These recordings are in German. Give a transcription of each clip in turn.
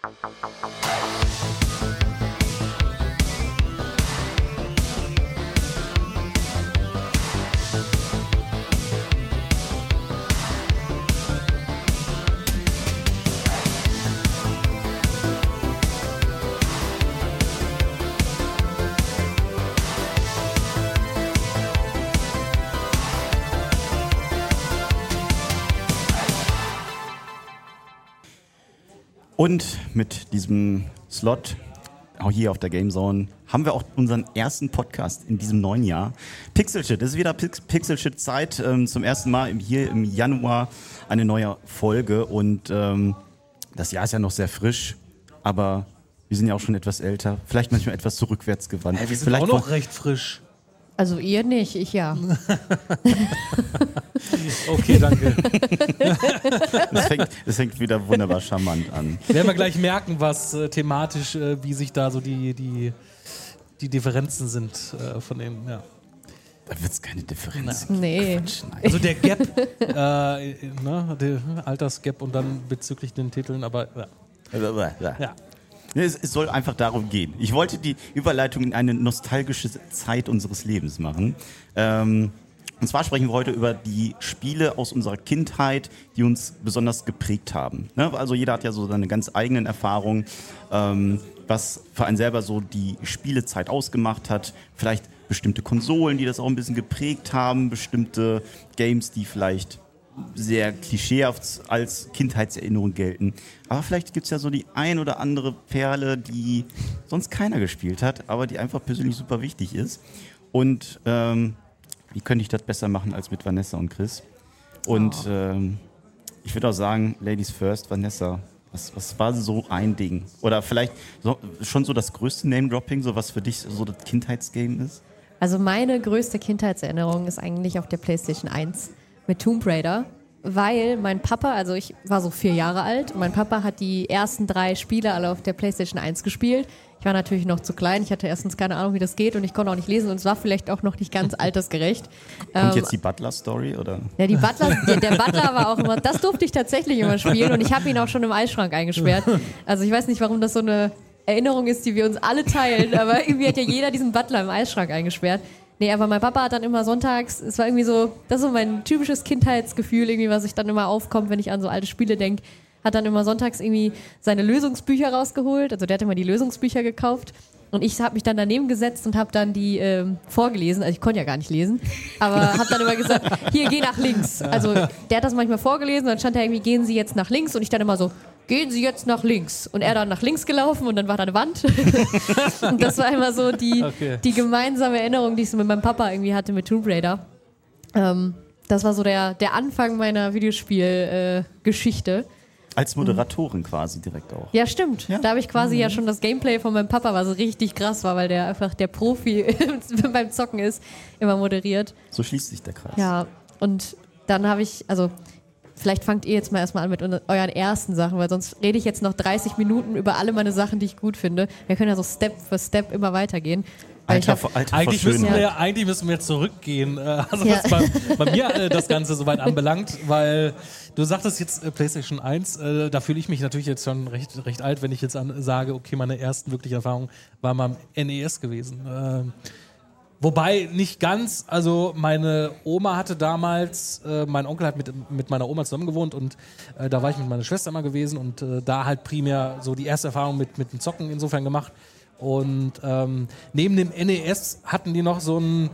Und mit diesem Slot auch hier auf der Gamezone haben wir auch unseren ersten Podcast in diesem neuen Jahr. Pixelshit, es ist wieder Pixelshit-Zeit. Zum ersten Mal hier im Januar eine neue Folge. Und das Jahr ist ja noch sehr frisch, aber wir sind ja auch schon etwas älter. Vielleicht manchmal etwas zurückwärtsgewandt. Wir sind vielleicht auch noch recht frisch. Also ihr nicht, ich ja. Okay, danke. Das fängt wieder wunderbar charmant an. Werden wir gleich merken, was thematisch, wie sich da so die Differenzen sind von dem, ja. Da wird es keine Differenz. Nee. Quatsch, nein. Also der Gap, der Altersgap und dann bezüglich den Titeln, aber ja. Es soll einfach darum gehen. Ich wollte die Überleitung in eine nostalgische Zeit unseres Lebens machen. Und zwar sprechen wir heute über die Spiele aus unserer Kindheit, die uns besonders geprägt haben. Also jeder hat ja so seine ganz eigenen Erfahrungen, was für einen selber so die Spielezeit ausgemacht hat. Vielleicht bestimmte Konsolen, die das auch ein bisschen geprägt haben, bestimmte Games, die vielleicht sehr klischeehaft als Kindheitserinnerung gelten. Aber vielleicht gibt es ja so die ein oder andere Perle, die sonst keiner gespielt hat, aber die einfach persönlich super wichtig ist. Und wie könnte ich das besser machen als mit Vanessa und Chris? Und ich würde auch sagen, Ladies first, Vanessa, was war so ein Ding? Oder vielleicht schon so das größte Name-Dropping, so was für dich so das Kindheitsgame ist? Also meine größte Kindheitserinnerung ist eigentlich auf der PlayStation 1 mit Tomb Raider, weil mein Papa, also ich war so 4 Jahre alt und mein Papa hat die ersten 3 Spiele alle auf der PlayStation 1 gespielt. Ich war natürlich noch zu klein, ich hatte erstens keine Ahnung, wie das geht und ich konnte auch nicht lesen und es war vielleicht auch noch nicht ganz altersgerecht. Kommt jetzt die Butler-Story, oder? Ja, der Butler war auch immer, das durfte ich tatsächlich immer spielen und ich habe ihn auch schon im Eisschrank eingesperrt. Also ich weiß nicht, warum das so eine Erinnerung ist, die wir uns alle teilen, aber irgendwie hat ja jeder diesen Butler im Eisschrank eingesperrt. Nee, aber mein Papa hat dann immer sonntags, es war irgendwie so, das ist so mein typisches Kindheitsgefühl, irgendwie, was ich dann immer aufkommt, wenn ich an so alte Spiele denke, hat dann immer sonntags irgendwie seine Lösungsbücher rausgeholt, also der hat immer die Lösungsbücher gekauft und ich habe mich dann daneben gesetzt und habe dann die vorgelesen, also ich konnte ja gar nicht lesen, aber habe dann immer gesagt, hier, geh nach links. Also der hat das manchmal vorgelesen, dann stand da irgendwie, gehen Sie jetzt nach links und ich dann immer so, gehen Sie jetzt nach links. Und er dann nach links gelaufen und dann war da eine Wand. Und das war immer so die gemeinsame Erinnerung, die ich so mit meinem Papa irgendwie hatte mit Tomb Raider. Das war so der Anfang meiner Videospielgeschichte. Als Moderatorin quasi direkt auch. Ja, stimmt. Ja? Da habe ich quasi ja schon das Gameplay von meinem Papa, was so richtig krass war, weil der einfach der Profi beim Zocken ist, immer moderiert. So schließt sich der Kreis. Ja, und dann habe ich, also vielleicht fangt ihr jetzt mal erstmal an mit euren ersten Sachen, weil sonst rede ich jetzt noch 30 Minuten über alle meine Sachen, die ich gut finde. Wir können ja so Step für Step immer weitergehen. Eigentlich müssen wir zurückgehen, also was bei mir das Ganze soweit anbelangt, weil du sagtest jetzt PlayStation 1, da fühle ich mich natürlich jetzt schon recht alt, wenn ich jetzt sage, okay, meine ersten wirklichen Erfahrungen waren mal am NES gewesen. Wobei nicht ganz, also meine Oma hatte damals, mein Onkel hat mit meiner Oma zusammen gewohnt und da war ich mit meiner Schwester immer gewesen und da halt primär so die erste Erfahrung mit dem Zocken insofern gemacht. Und neben dem NES hatten die noch so ein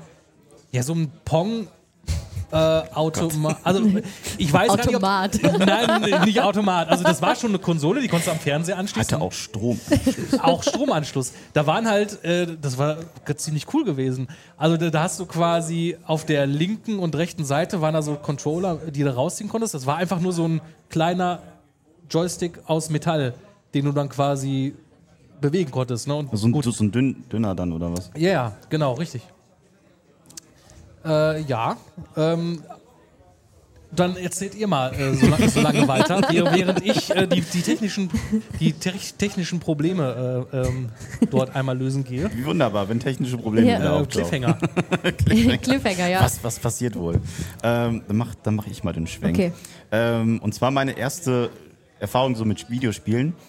Pong Automat. Also ich weiß Automat. Gar nicht, nein, nicht Automat. Also das war schon eine Konsole, die konntest du am Fernseher anschließen. Hatte auch Stromanschluss. Auch Stromanschluss. Da waren halt, das war ziemlich cool gewesen. Also da hast du quasi auf der linken und rechten Seite waren da so Controller, die du rausziehen konntest. Das war einfach nur so ein kleiner Joystick aus Metall, den du dann quasi bewegen konntest. Ne? Und so ein dünner dann, oder was? Ja, yeah, genau, richtig. Dann erzählt ihr mal so lange weiter, während ich die technischen Probleme dort einmal lösen gehe. Wie wunderbar, wenn technische Probleme wieder Cliffhanger. Cliffhanger, ja. Was passiert wohl? Dann mach ich mal den Schwenk. Okay. Und zwar meine erste Erfahrung so mit Videospielen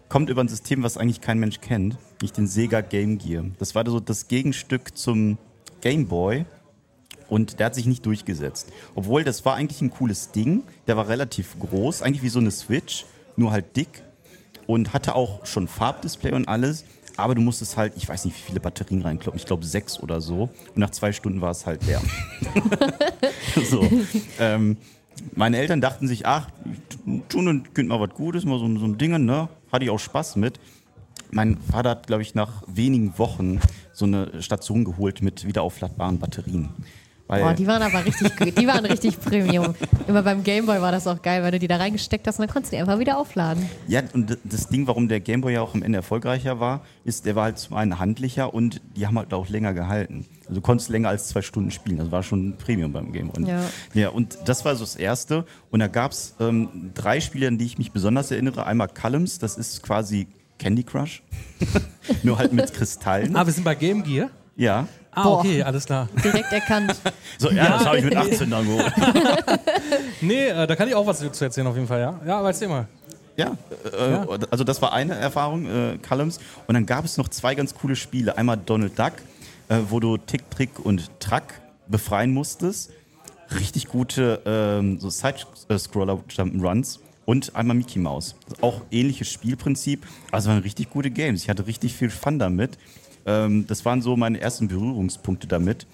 kommt über ein System, was eigentlich kein Mensch kennt, nicht den Sega Game Gear. Das war so das Gegenstück zum Game Boy und der hat sich nicht durchgesetzt. Obwohl, das war eigentlich ein cooles Ding, der war relativ groß, eigentlich wie so eine Switch, nur halt dick und hatte auch schon Farbdisplay und alles, aber du musstest halt, ich weiß nicht, wie viele Batterien reinkloppen, ich glaube 6 oder so und nach 2 Stunden war es halt leer. So, meine Eltern dachten sich, ach, tun und Kind mal was Gutes, mal so ein Ding, ne? Hatte ich auch Spaß mit. Mein Vater hat, glaube ich, nach wenigen Wochen so eine Station geholt mit wiederaufladbaren Batterien. Boah, die waren aber richtig gut. Die waren richtig Premium. Immer beim Gameboy war das auch geil, weil du die da reingesteckt hast und dann konntest du die einfach wieder aufladen. Ja, und das Ding, warum der Gameboy ja auch am Ende erfolgreicher war, ist, der war halt zum einen handlicher und die haben halt auch länger gehalten. Also du konntest länger als 2 Stunden spielen. Das war schon ein Premium beim Gameboy. Ja, und das war so das Erste. Und da gab es 3 Spiele, an die ich mich besonders erinnere. Einmal Columns, das ist quasi Candy Crush. Nur halt mit Kristallen. Wir sind bei Game Gear? Ja. Okay, alles klar. Direkt erkannt. So, ja, das habe ich mit 18 dann geholt. Nee, da kann ich auch was zu erzählen auf jeden Fall, ja? Ja, aber erzähl mal. Ja, also das war eine Erfahrung, Columns. Und dann gab es noch 2 ganz coole Spiele. Einmal Donald Duck, wo du Tick, Trick und Track befreien musstest. Richtig gute so Side-Scroller-Jump'n'Runs. Und einmal Mickey Mouse. Auch ähnliches Spielprinzip. Also waren richtig gute Games. Ich hatte richtig viel Fun damit. Das waren so meine ersten Berührungspunkte damit.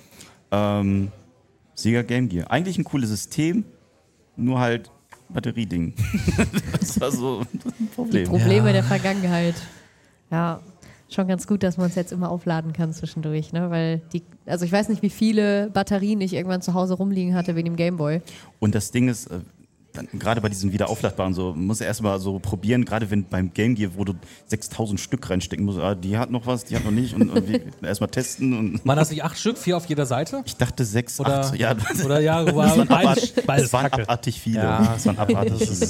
Sega Game Gear. Eigentlich ein cooles System, nur halt Batterieding. Das war so ein Problem. Die Probleme der Vergangenheit. Ja, schon ganz gut, dass man es jetzt immer aufladen kann zwischendurch, ne? Weil also ich weiß nicht, wie viele Batterien ich irgendwann zu Hause rumliegen hatte wegen dem Gameboy. Und das Ding ist, gerade bei diesen wiederaufladbaren, so muss er erstmal so probieren, gerade wenn beim Game Gear, wo du 6000 Stück reinstecken musst, die hat noch was, die hat noch nicht und erstmal testen. Und waren das nicht 8 Stück, 4 auf jeder Seite? Ich dachte 6, oder 8. Ja, oder ja, beides waren abartig viele. Ja, es waren abartig viele.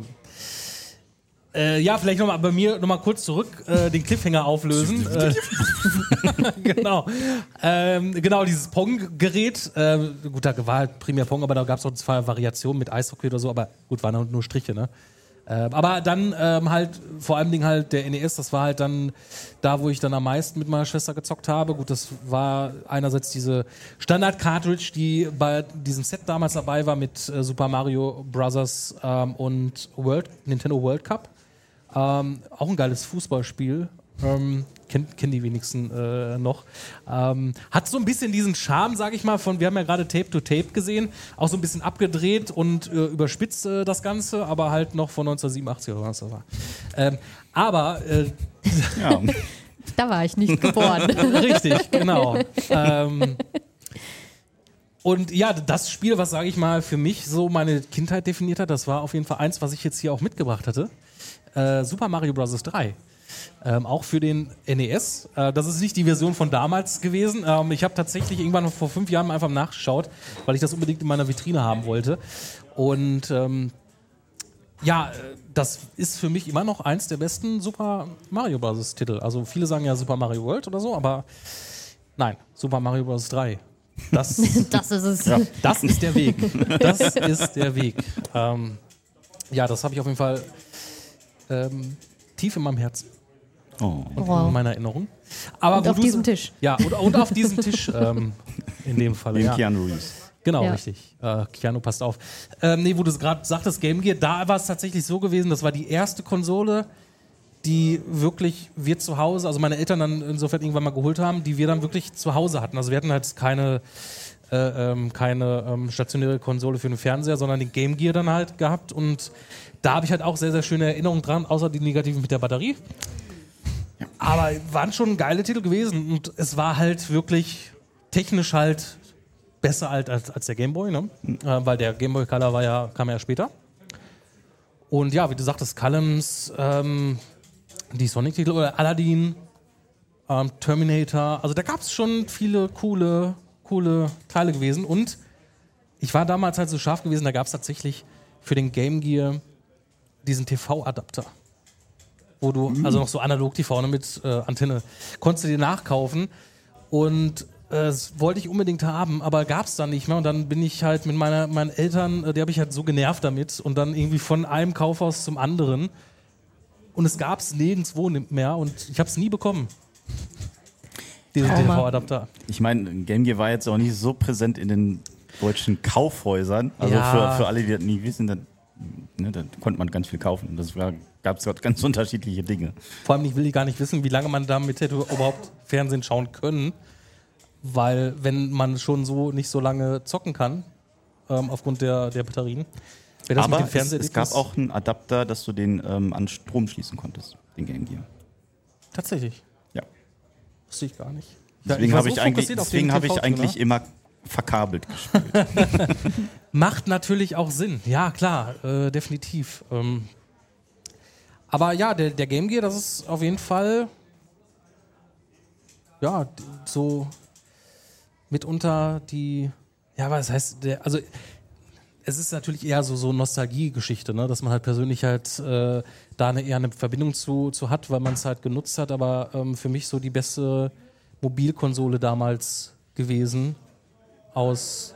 Ja, vielleicht nochmal bei mir nochmal kurz zurück den Cliffhanger auflösen. Genau. Genau, dieses Pong-Gerät. Gut, da war halt primär Pong, aber da gab es auch 2 Variationen mit Eishockey oder so, aber gut, waren nur Striche, ne? Aber dann halt vor allem halt der NES, das war halt dann da, wo ich dann am meisten mit meiner Schwester gezockt habe. Gut, das war einerseits diese Standard-Cartridge, die bei diesem Set damals dabei war mit Super Mario Bros. Und Nintendo World Cup. Auch ein geiles Fußballspiel. Kennen die wenigsten noch. Hat so ein bisschen diesen Charme, sag ich mal, wir haben ja gerade Tape to Tape gesehen, auch so ein bisschen abgedreht und überspitzt das Ganze, aber halt noch von 1987 oder was das war. Aber ja. Da war ich nicht geboren. Richtig, genau. Und ja, das Spiel, was, sage ich mal, für mich so meine Kindheit definiert hat, das war auf jeden Fall eins, was ich jetzt hier auch mitgebracht hatte. Super Mario Bros. 3. Auch für den NES. Das ist nicht die Version von damals gewesen. Ich habe tatsächlich irgendwann vor 5 Jahren einfach nachgeschaut, weil ich das unbedingt in meiner Vitrine haben wollte. Und ja, das ist für mich immer noch eins der besten Super Mario Bros. Titel. Also viele sagen ja Super Mario World oder so, aber nein, Super Mario Bros. 3. Das ist es. Ja, das ist der Weg. Das ist der Weg. Ja, das habe ich auf jeden Fall tief in meinem Herzen. Und in meiner Erinnerung. Aber und auf diesem Tisch. Ja, und auf diesem Tisch in dem Fall. Ja. Keanu Reeves. Genau, ja. Richtig. Keanu, passt auf. Nee, wo du es gerade sagtest, Game Gear, da war es tatsächlich so gewesen, das war die erste Konsole, die wirklich wir zu Hause, also meine Eltern dann insofern irgendwann mal geholt haben, die wir dann wirklich zu Hause hatten. Also wir hatten halt keine stationäre Konsole für den Fernseher, sondern den Game Gear dann halt gehabt. Und da habe ich halt auch sehr, sehr schöne Erinnerungen dran, außer die negativen mit der Batterie. Aber waren schon geile Titel gewesen und es war halt wirklich technisch halt besser als der Gameboy, ne? Weil der Gameboy Color kam ja später. Und ja, wie du sagtest, Columns, die Sonic-Titel oder Aladdin, Terminator, also da gab es schon viele coole Teile gewesen und ich war damals halt so scharf gewesen, da gab es tatsächlich für den Game Gear diesen TV-Adapter. Wo du, also noch so Analog-TV mit Antenne, konntest du dir nachkaufen und das wollte ich unbedingt haben, aber gab es dann nicht mehr und dann bin ich halt mit meinen Eltern, die habe ich halt so genervt damit und dann irgendwie von einem Kaufhaus zum anderen und es gab es nirgendwo mehr und ich habe es nie bekommen. Diesen TV-Adapter. Ich meine, Game Gear war jetzt auch nicht so präsent in den deutschen Kaufhäusern. Also für alle, die das nie wissen, da konnte man ganz viel kaufen. Das gab es ganz unterschiedliche Dinge. Vor allem, ich will gar nicht wissen, wie lange man damit hätte überhaupt Fernsehen schauen können. Weil, wenn man schon so nicht so lange zocken kann, aufgrund der Batterien. Das aber mit dem es gab auch einen Adapter, dass du den an Strom schließen konntest, den Game Gear. Tatsächlich? Ja. Wusste ich gar nicht. Deswegen habe ich eigentlich immer verkabelt gespielt. Macht natürlich auch Sinn. Ja, klar, definitiv. Aber ja, der Game Gear, das ist auf jeden Fall ja, so mitunter die, ja, was heißt, es ist natürlich eher so Nostalgie-Geschichte, ne? Dass man halt persönlich halt da eher eine Verbindung zu hat, weil man es halt genutzt hat, aber für mich so die beste Mobilkonsole damals gewesen, aus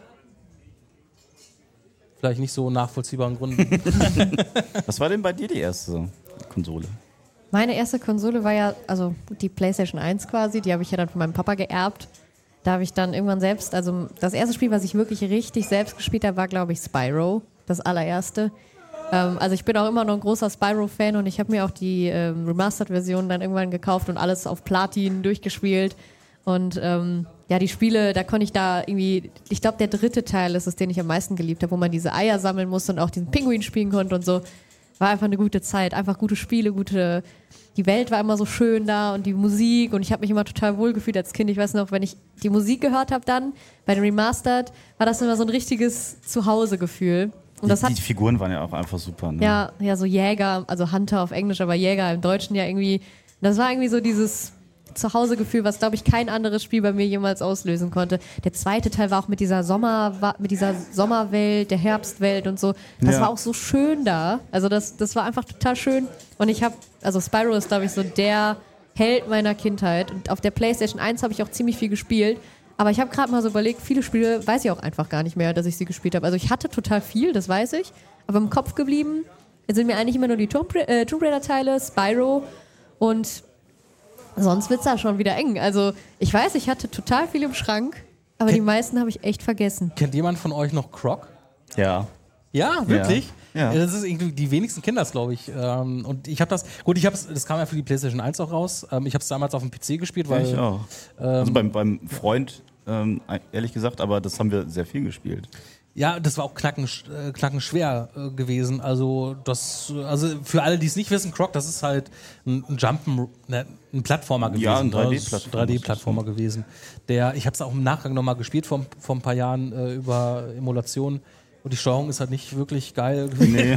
vielleicht nicht so nachvollziehbaren Gründen. Was war denn bei dir die erste Konsole? Meine erste Konsole war ja, also die PlayStation 1 quasi, die habe ich ja dann von meinem Papa geerbt. Da habe ich dann irgendwann selbst, also das erste Spiel, was ich wirklich richtig selbst gespielt habe, war, glaube ich, Spyro, das allererste. Also ich bin auch immer noch ein großer Spyro-Fan und ich habe mir auch die Remastered-Version dann irgendwann gekauft und alles auf Platin durchgespielt. Und ja, die Spiele, da konnte ich da irgendwie, ich glaube, der 3. Teil ist es, den ich am meisten geliebt habe, wo man diese Eier sammeln musste und auch diesen Pinguin spielen konnte und so. War einfach eine gute Zeit, einfach gute Spiele, die Welt war immer so schön da und die Musik und ich habe mich immer total wohl gefühlt als Kind. Ich weiß noch, wenn ich die Musik gehört habe dann, bei den Remastered, war das immer so ein richtiges Zuhause-Gefühl. Und die Figuren waren ja auch einfach super. Ne? Ja, so Jäger, also Hunter auf Englisch, aber Jäger im Deutschen ja irgendwie. Das war irgendwie so dieses Zuhause-Gefühl, was, glaube ich, kein anderes Spiel bei mir jemals auslösen konnte. Der 2. Teil war auch mit dieser Sommerwelt, der Herbstwelt und so. Das war auch so schön da. Also das war einfach total schön. Und also Spyro ist, glaube ich, so der Held meiner Kindheit. Und auf der PlayStation 1 habe ich auch ziemlich viel gespielt. Aber ich habe gerade mal so überlegt, viele Spiele weiß ich auch einfach gar nicht mehr, dass ich sie gespielt habe. Also ich hatte total viel, das weiß ich. Aber im Kopf geblieben sind mir eigentlich immer nur die Tomb Raider-Teile, Spyro und sonst wird es da schon wieder eng. Also ich weiß, ich hatte total viel im Schrank, aber die meisten habe ich echt vergessen. Kennt jemand von euch noch Croc? Ja. Ja, wirklich? Ja. Das ist irgendwie, die wenigsten kennen das, glaube ich. Und ich habe das kam ja für die PlayStation 1 auch raus. Ich habe es damals auf dem PC gespielt, weil. Ich auch. Also beim Freund, ehrlich gesagt, aber das haben wir sehr viel gespielt. Ja, das war auch knackenschwer gewesen. Also für alle, die es nicht wissen, Croc, das ist halt ein ein Plattformer gewesen. Ja, ein 3D-Plattformer gewesen. Ich habe es auch im Nachgang nochmal gespielt vor ein paar Jahren über Emulation. Und die Steuerung ist halt nicht wirklich geil. Nee.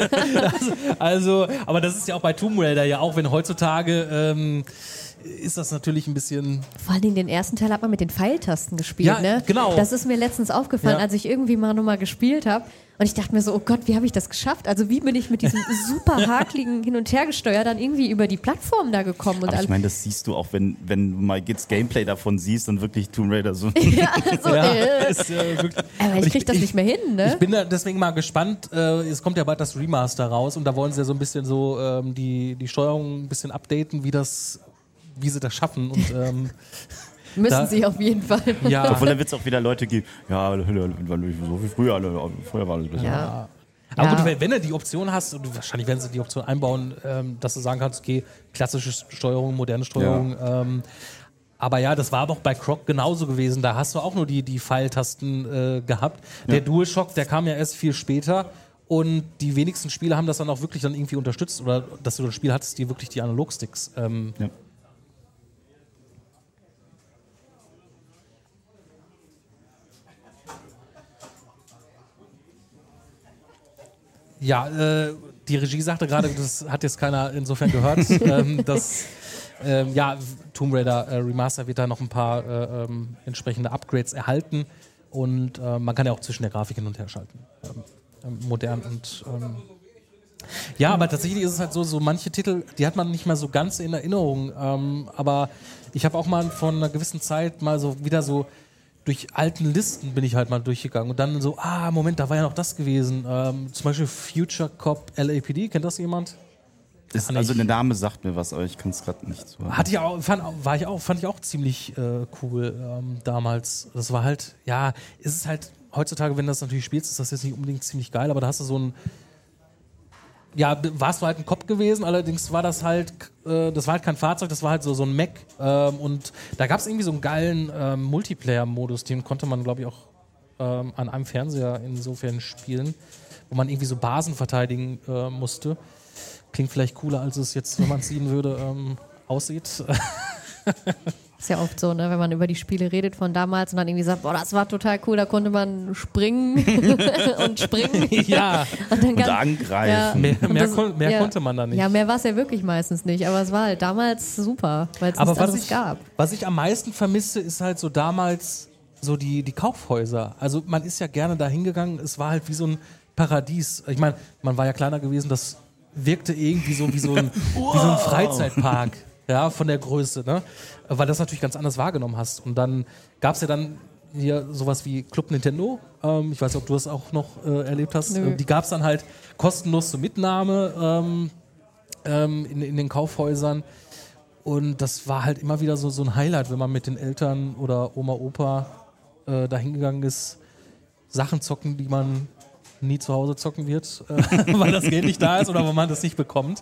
Aber das ist ja auch bei Tomb Raider ja auch, wenn heutzutage ist das natürlich ein bisschen... Vor allen Dingen den ersten Teil hat man mit den Pfeiltasten gespielt, ja, ne? Genau. Das ist mir letztens aufgefallen, als ich irgendwie mal nochmal gespielt habe. Und ich dachte mir so, oh Gott, wie habe ich das geschafft? Also wie bin ich mit diesem super hakligen Hin- und Hergesteuer dann irgendwie über die Plattform da gekommen? Und aber ich meine, das siehst du auch, wenn du mal jetzt Gameplay davon siehst und wirklich Tomb Raider so... ja, so wirklich, aber ich krieg das nicht mehr hin, ne? Ich bin da deswegen mal gespannt. Es kommt ja bald das Remaster raus und da wollen sie ja so ein bisschen so die Steuerung ein bisschen updaten, wie sie das schaffen. Und müssen sie auf jeden Fall. Ja. Obwohl, da wird es auch wieder Leute geben, ja, so wie früher war das besser. Ja. Aber gut, wenn du die Option hast, und wahrscheinlich werden sie die Option einbauen, dass du sagen kannst, okay, klassische Steuerung, moderne Steuerung. Ja. Aber ja, das war aber auch bei Croc genauso gewesen. Da hast du auch nur die Pfeiltasten gehabt. Der DualShock, der kam ja erst viel später. Und die wenigsten Spiele haben das dann auch wirklich dann irgendwie unterstützt. Oder dass du ein Spiel hattest, die wirklich die Analogsticks. Ja. Ja, die Regie sagte gerade, das hat jetzt keiner insofern gehört, dass Tomb Raider Remaster wird da noch ein paar entsprechende Upgrades erhalten und man kann ja auch zwischen der Grafik hin und her schalten. Modern und ja, aber tatsächlich ist es halt so manche Titel, die hat man nicht mehr so ganz in Erinnerung, aber ich habe auch mal von einer gewissen Zeit mal so wieder so durch alten Listen bin ich halt mal durchgegangen und dann so, Moment, da war ja noch das gewesen. Zum Beispiel Future Cop LAPD, kennt das jemand? Also der Name sagt mir was, aber ich kann es gerade nicht so. Fand ich auch ziemlich cool damals. Das war halt, ist es halt heutzutage, wenn du das natürlich spielst, ist das jetzt nicht unbedingt ziemlich geil, aber da hast du so ein, warst du halt ein Cop gewesen, allerdings war das halt kein Fahrzeug, das war halt so ein Mech und da gab es irgendwie so einen geilen Multiplayer-Modus, den konnte man, glaube ich, auch an einem Fernseher insofern spielen, wo man irgendwie so Basen verteidigen musste. Klingt vielleicht cooler, als es jetzt, wenn man es sehen würde, aussieht. Ist ja oft so, ne, wenn man über die Spiele redet von damals und dann irgendwie sagt, boah, das war total cool, da konnte man springen und springen. Ja. Und angreifen. Ja, mehr konnte man da nicht. Ja, mehr war es ja wirklich meistens nicht, aber es war halt damals super, weil es nichts anderes gab. Was ich am meisten vermisse, ist halt so damals so die Kaufhäuser. Also man ist ja gerne da hingegangen, es war halt wie so ein Paradies. Ich meine, man war ja kleiner gewesen, das wirkte irgendwie so wie so ein Freizeitpark. Ja, von der Größe, ne? Weil das natürlich ganz anders wahrgenommen hast. Und dann gab es ja dann hier sowas wie Club Nintendo. Ich weiß nicht, ob du das auch noch erlebt hast. Nö. Die gab es dann halt kostenlos zur Mitnahme in den Kaufhäusern. Und das war halt immer wieder so ein Highlight, wenn man mit den Eltern oder Oma, Opa da hingegangen ist. Sachen zocken, die man nie zu Hause zocken wird, weil das Geld nicht da ist oder weil man das nicht bekommt.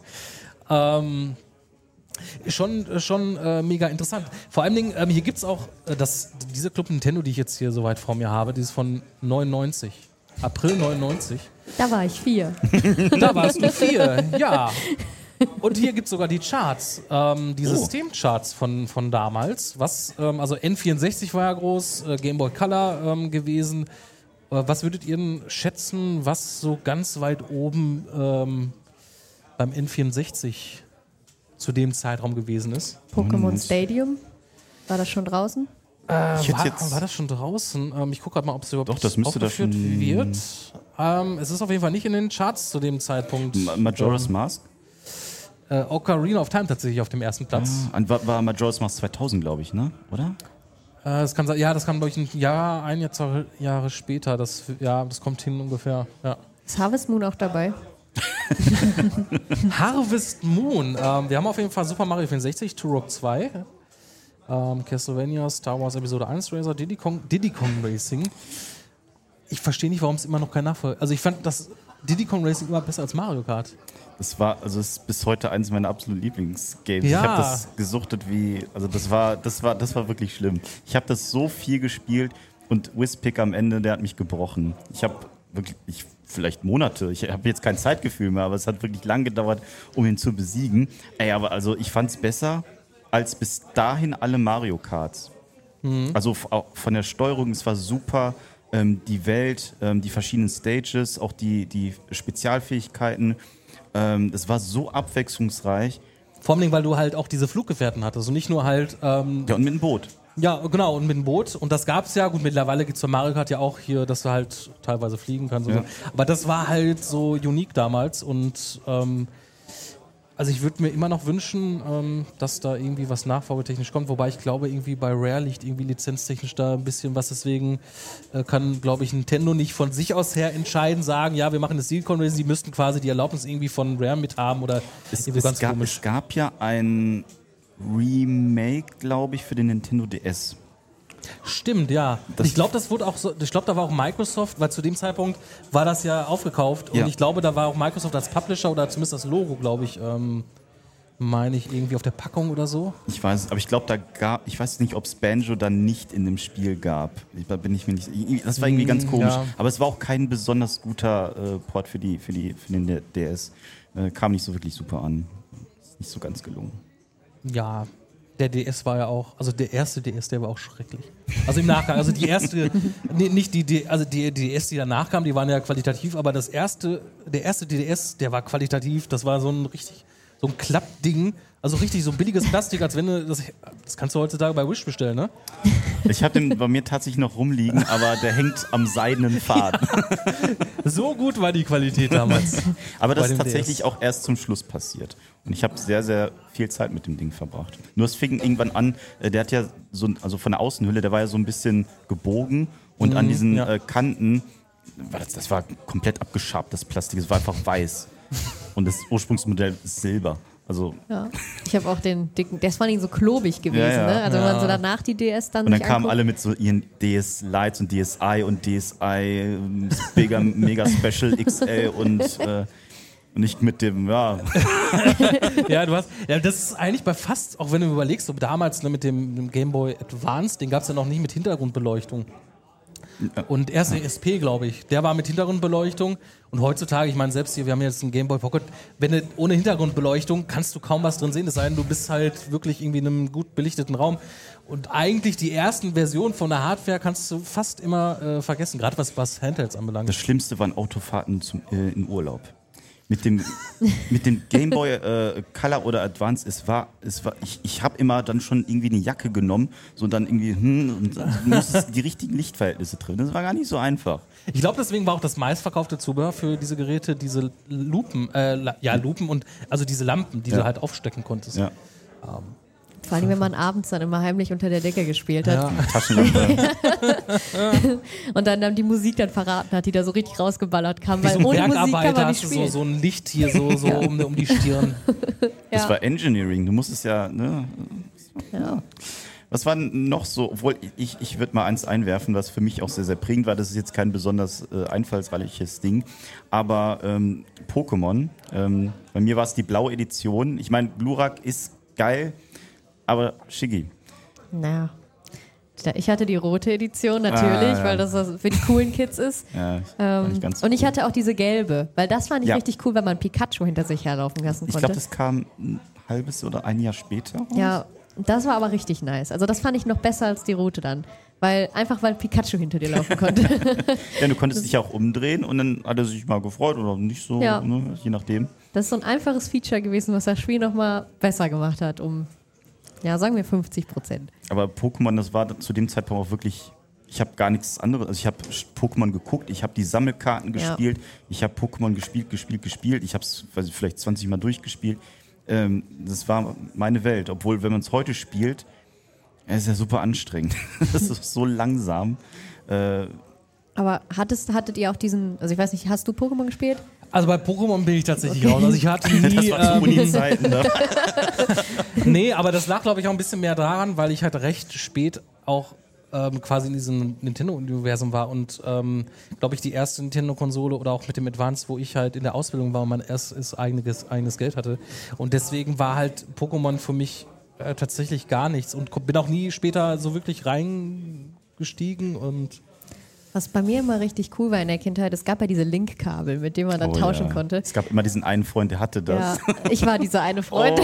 Schon mega interessant. Vor allen Dingen, hier gibt es auch diese Club Nintendo, die ich jetzt hier so weit vor mir habe, die ist von 99. April 99. Da war ich 4. Da warst du 4, ja. Und hier gibt es sogar die Charts, die Systemcharts von damals. Also N64 war ja groß, Game Boy Color gewesen. Was würdet ihr denn schätzen, was so ganz weit oben beim N64 zu dem Zeitraum gewesen ist? Pokémon Stadium? War das schon draußen? War das schon draußen? Ich gucke gerade mal, ob es überhaupt aufgeführt wird. Es ist auf jeden Fall nicht in den Charts zu dem Zeitpunkt. Majora's Mask? Ocarina of Time tatsächlich auf dem ersten Platz. War Majora's Mask 2000, glaube ich, ne? Oder? Das kam, glaube ich, ein Jahre später. Das kommt hin ungefähr. Ja. Ist Harvest Moon auch dabei? Harvest Moon. Wir haben auf jeden Fall Super Mario 64, Turok 2, Castlevania, Star Wars Episode 1 Racer, Diddy Kong Racing. Ich verstehe nicht, warum es immer noch kein Nachfolger. Also ich fand das Diddy Kong Racing immer besser als Mario Kart. Das ist bis heute eines meiner absoluten Lieblingsgames. Ja. Ich habe das gesuchtet das war wirklich schlimm. Ich habe das so viel gespielt und Whizpick am Ende, der hat mich gebrochen. Ich habe wirklich, vielleicht Monate, ich habe jetzt kein Zeitgefühl mehr, aber es hat wirklich lang gedauert, um ihn zu besiegen. Aber also ich fand es besser als bis dahin alle Mario Karts. Also auch von der Steuerung, es war super. Die Welt, die verschiedenen Stages, auch die Spezialfähigkeiten. Das war so abwechslungsreich. Vor allem, weil du halt auch diese Fluggefährten hattest und nicht nur halt... Ja, und mit dem Boot. Ja, genau, und mit dem Boot. Und das gab's ja. Gut, mittlerweile gibt's bei Mario Kart ja auch hier, dass du halt teilweise fliegen kannst. Ja. So. Aber das war halt so unique damals. Und also ich würde mir immer noch wünschen, dass da irgendwie was nachfolgetechnisch kommt. Wobei ich glaube, irgendwie bei Rare liegt irgendwie lizenztechnisch da ein bisschen was. Deswegen kann, glaube ich, Nintendo nicht von sich aus her entscheiden, sagen, ja, wir machen das Silicon Racing. Sie müssten quasi die Erlaubnis irgendwie von Rare mithaben oder ganz komisch. Es gab ja ein Remake, glaube ich, für den Nintendo DS. Stimmt, ja. Ich glaube, das wurde auch so, ich glaube, da war auch Microsoft, weil zu dem Zeitpunkt war das ja aufgekauft und ich glaube, da war auch Microsoft als Publisher oder zumindest das Logo, glaube ich, meine ich, irgendwie auf der Packung oder so. Ich weiß, aber ich glaube, ich weiß nicht, ob es Banjo dann nicht in dem Spiel gab. Da bin ich mir nicht. Das war irgendwie ganz komisch. Ja. Aber es war auch kein besonders guter Port für den DS. Kam nicht so wirklich super an. Ist nicht so ganz gelungen. Ja, der DS war ja auch, also der erste DS, der war auch schrecklich. Also im Nachgang, also die erste, die DS, die danach kam, die waren ja qualitativ, aber der erste DDS, der war qualitativ, das war so ein Klappding, also richtig so ein billiges Plastik, als wenn du, das kannst du heutzutage bei Wish bestellen, ne? Ich habe den bei mir tatsächlich noch rumliegen, aber der hängt am seidenen Faden. Ja. So gut war die Qualität damals. Aber das ist tatsächlich DS auch erst zum Schluss passiert. Und ich habe sehr, sehr viel Zeit mit dem Ding verbracht. Nur es fing irgendwann an, der hat ja also von der Außenhülle, der war ja so ein bisschen gebogen und an diesen Kanten, das war komplett abgeschabt, das Plastik, es war einfach weiß. Und das Ursprungsmodell ist Silber. Also ja. Ich habe auch den dicken, der ist vor allem so klobig gewesen, ne? Also wenn man so danach die DS dann und dann kamen alle mit so ihren DS Lights und DSi und DSi Mega Special XL und nicht mit dem, ja, das ist eigentlich bei fast, auch wenn du überlegst, so damals mit dem Game Boy Advance, den gab es ja noch nicht mit Hintergrundbeleuchtung. Und erst der SP, glaube ich, der war mit Hintergrundbeleuchtung. Und heutzutage, ich meine, selbst hier, wir haben jetzt einen Game Boy Pocket, wenn du ohne Hintergrundbeleuchtung kannst du kaum was drin sehen, es sei denn, du bist halt wirklich irgendwie in einem gut belichteten Raum. Und eigentlich die ersten Versionen von der Hardware kannst du fast immer vergessen, gerade was Handhelds anbelangt. Das Schlimmste waren Autofahrten in Urlaub. Mit dem Game Boy Color oder Advance, ich habe immer dann schon irgendwie eine Jacke genommen, so dann irgendwie, und du musstest die richtigen Lichtverhältnisse treffen. Das war gar nicht so einfach. Ich glaube, deswegen war auch das meistverkaufte Zubehör für diese Geräte diese Lupen, Lupen und also diese Lampen, die du halt aufstecken konntest. Ja. Vor allem, wenn man abends dann immer heimlich unter der Decke gespielt hat. Ja. Taschenlampe. Und dann die Musik dann verraten hat, die da so richtig rausgeballert kam. Wie weil so ein ohne Musik kann Bergarbeiter man hast nicht du spielen. so ein Licht hier so um die Stirn. Das war Engineering. Du musstest ja, ne? Ja. Was war noch so, obwohl ich würde mal eins einwerfen, was für mich auch sehr, sehr prägend war. Das ist jetzt kein besonders einfallsreiches Ding, aber Pokémon, bei mir war es die blaue Edition. Ich meine, Glurak ist geil, aber Shiggy. Naja. Ich hatte die rote Edition natürlich, weil das für die coolen Kids ist. Ja, nicht ganz so und ich cool. hatte auch diese gelbe, weil das fand ich richtig cool, weil man Pikachu hinter sich herlaufen lassen konnte. Ich glaube, das kam ein halbes oder ein Jahr später raus. Ja, das war aber richtig nice. Also das fand ich noch besser als die rote dann. Weil Pikachu hinter dir laufen konnte. Ja, du konntest dich ja auch umdrehen und dann hat er sich mal gefreut oder nicht so, ne, je nachdem. Das ist so ein einfaches Feature gewesen, was das Spiel nochmal besser gemacht hat, sagen wir 50%. Aber Pokémon, das war zu dem Zeitpunkt auch wirklich, ich habe gar nichts anderes, also ich habe Pokémon geguckt, ich habe die Sammelkarten gespielt, ich habe Pokémon gespielt, ich habe es vielleicht 20 Mal durchgespielt. Das war meine Welt, obwohl, wenn man es heute spielt, es ist ja super anstrengend. Das ist so langsam. Aber hattet ihr auch diesen, also ich weiß nicht, hast du Pokémon gespielt? Also bei Pokémon bin ich tatsächlich raus. Also ich hatte nie. Das war zu Uni-Zeiten, ne? Nee, aber das lag, glaube ich, auch ein bisschen mehr daran, weil ich halt recht spät auch quasi in diesem Nintendo-Universum war und, glaube ich, die erste Nintendo-Konsole oder auch mit dem Advance, wo ich halt in der Ausbildung war und mein erstes eigenes Geld hatte. Und deswegen war halt Pokémon für mich tatsächlich gar nichts und bin auch nie später so wirklich reingestiegen und Was bei mir immer richtig cool war in der Kindheit, es gab ja diese Link-Kabel, mit denen man dann tauschen konnte. Es gab immer diesen einen Freund, der hatte das. Ja, ich war dieser eine Freund.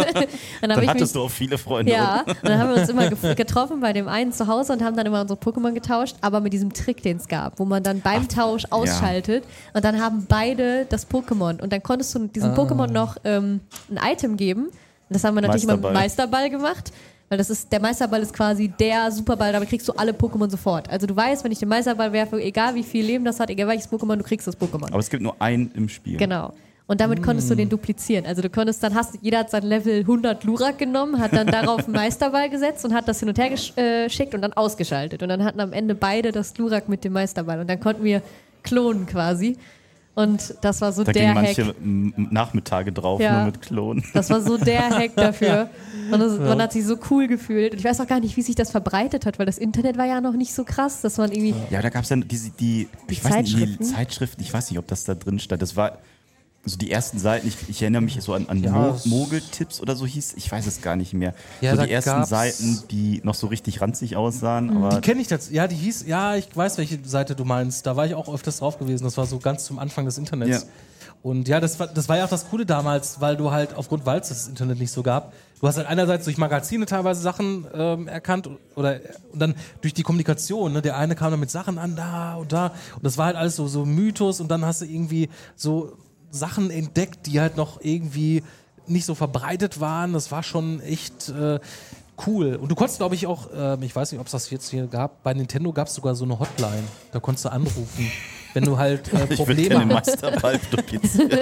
Dann hattest du auch viele Freunde. Ja, und dann haben wir uns immer getroffen bei dem einen zu Hause und haben dann immer unsere Pokémon getauscht, aber mit diesem Trick, den es gab, wo man dann beim Tausch ausschaltet und dann haben beide das Pokémon und dann konntest du diesem Pokémon noch ein Item geben. Das haben wir natürlich immer mit dem Meisterball gemacht. Weil der Meisterball ist quasi der Superball, damit kriegst du alle Pokémon sofort. Also du weißt, wenn ich den Meisterball werfe, egal wie viel Leben das hat, egal welches Pokémon, du kriegst das Pokémon. Aber es gibt nur einen im Spiel. Genau. Und damit konntest du den duplizieren. Also du konntest jeder hat sein Level 100 Glurak genommen, hat dann darauf einen Meisterball gesetzt und hat das hin und her geschickt und dann ausgeschaltet. Und dann hatten am Ende beide das Glurak mit dem Meisterball. Und dann konnten wir klonen quasi. Und das war so da der Hack. Da Hack. gingen manche Nachmittage drauf, nur mit Klonen. Das war so der Hack dafür. Und man hat sich so cool gefühlt. Und ich weiß auch gar nicht, wie sich das verbreitet hat, weil das Internet war ja noch nicht so krass, dass man irgendwie... Ja, da gab es ja die Zeitschriften. Ich weiß nicht, ob das da drin stand. Das war so die ersten Seiten. Ich erinnere mich so an Mogel-Tipps oder so hieß. Ich weiß es gar nicht mehr. Ja, so die ersten Seiten, die noch so richtig ranzig aussahen. Aber die kenne ich jetzt. Ja, die hieß, ich weiß, welche Seite du meinst. Da war ich auch öfters drauf gewesen. Das war so ganz zum Anfang des Internets. Ja. Und ja, das war ja auch das Coole damals, weil du halt weil es das Internet nicht so gab, du hast halt einerseits durch Magazine teilweise Sachen erkannt und dann durch die Kommunikation, ne, der eine kam dann mit Sachen an, da und das war halt alles so Mythos und dann hast du irgendwie so Sachen entdeckt, die halt noch irgendwie nicht so verbreitet waren. Das war schon echt cool. Und du konntest, glaube ich, auch, ich weiß nicht, ob es das jetzt hier gab, bei Nintendo gab es sogar so eine Hotline, da konntest du anrufen. Wenn du halt Probleme hast. Meisterball duplizieren.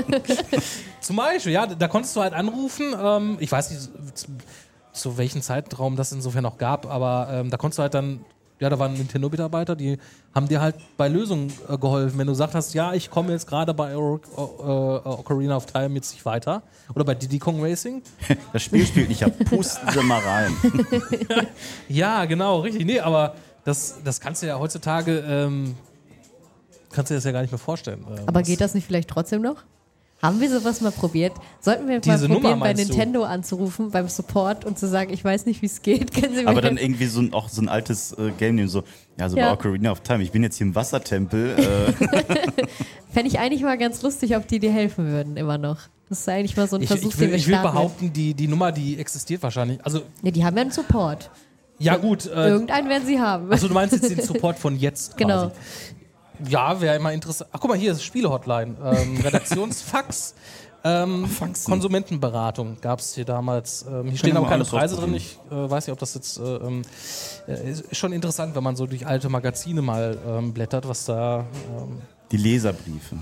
Zum Beispiel, ja, da konntest du halt anrufen. Ich weiß nicht, zu welchem Zeitraum das insofern noch gab, aber da konntest du halt dann ja, da waren Nintendo-Mitarbeiter, die haben dir halt bei Lösungen geholfen. Wenn du gesagt hast, ja, ich komme jetzt gerade bei Ocarina of Time jetzt nicht weiter. Oder bei Diddy Kong Racing. Das Spiel spielt nicht ab, pusten Sie mal rein. Ja, genau, richtig. Nee, aber das kannst du ja heutzutage, kannst du dir das ja gar nicht mehr vorstellen. Aber geht das nicht vielleicht trotzdem noch? Haben wir sowas mal probiert? Sollten wir Diese mal probieren, Nummer, bei meinst Nintendo anzurufen, beim Support und zu sagen, ich weiß nicht, wie es geht. Können Sie mir Aber dann helfen? irgendwie so ein altes Game nehmen, so bei Ocarina of Time, ich bin jetzt hier im Wassertempel. Fände ich eigentlich mal ganz lustig, ob die dir helfen würden, immer noch. Das ist eigentlich mal so ein Versuch, ich will starten. behaupten, die Nummer, die existiert wahrscheinlich. Also, Ja, die haben ja einen Support. ja gut. Irgendeinen werden sie haben. Also du meinst jetzt den Support von jetzt quasi. Genau. Ja, wäre immer interessant. Ach, guck mal, hier ist Spiele-Hotline. Redaktionsfax. Konsumentenberatung gab es hier damals. Hier stehen aber keine Preise drin. Ich weiß nicht, ob das jetzt ist schon interessant, wenn man so durch alte Magazine mal blättert, was da. Die Leserbriefe.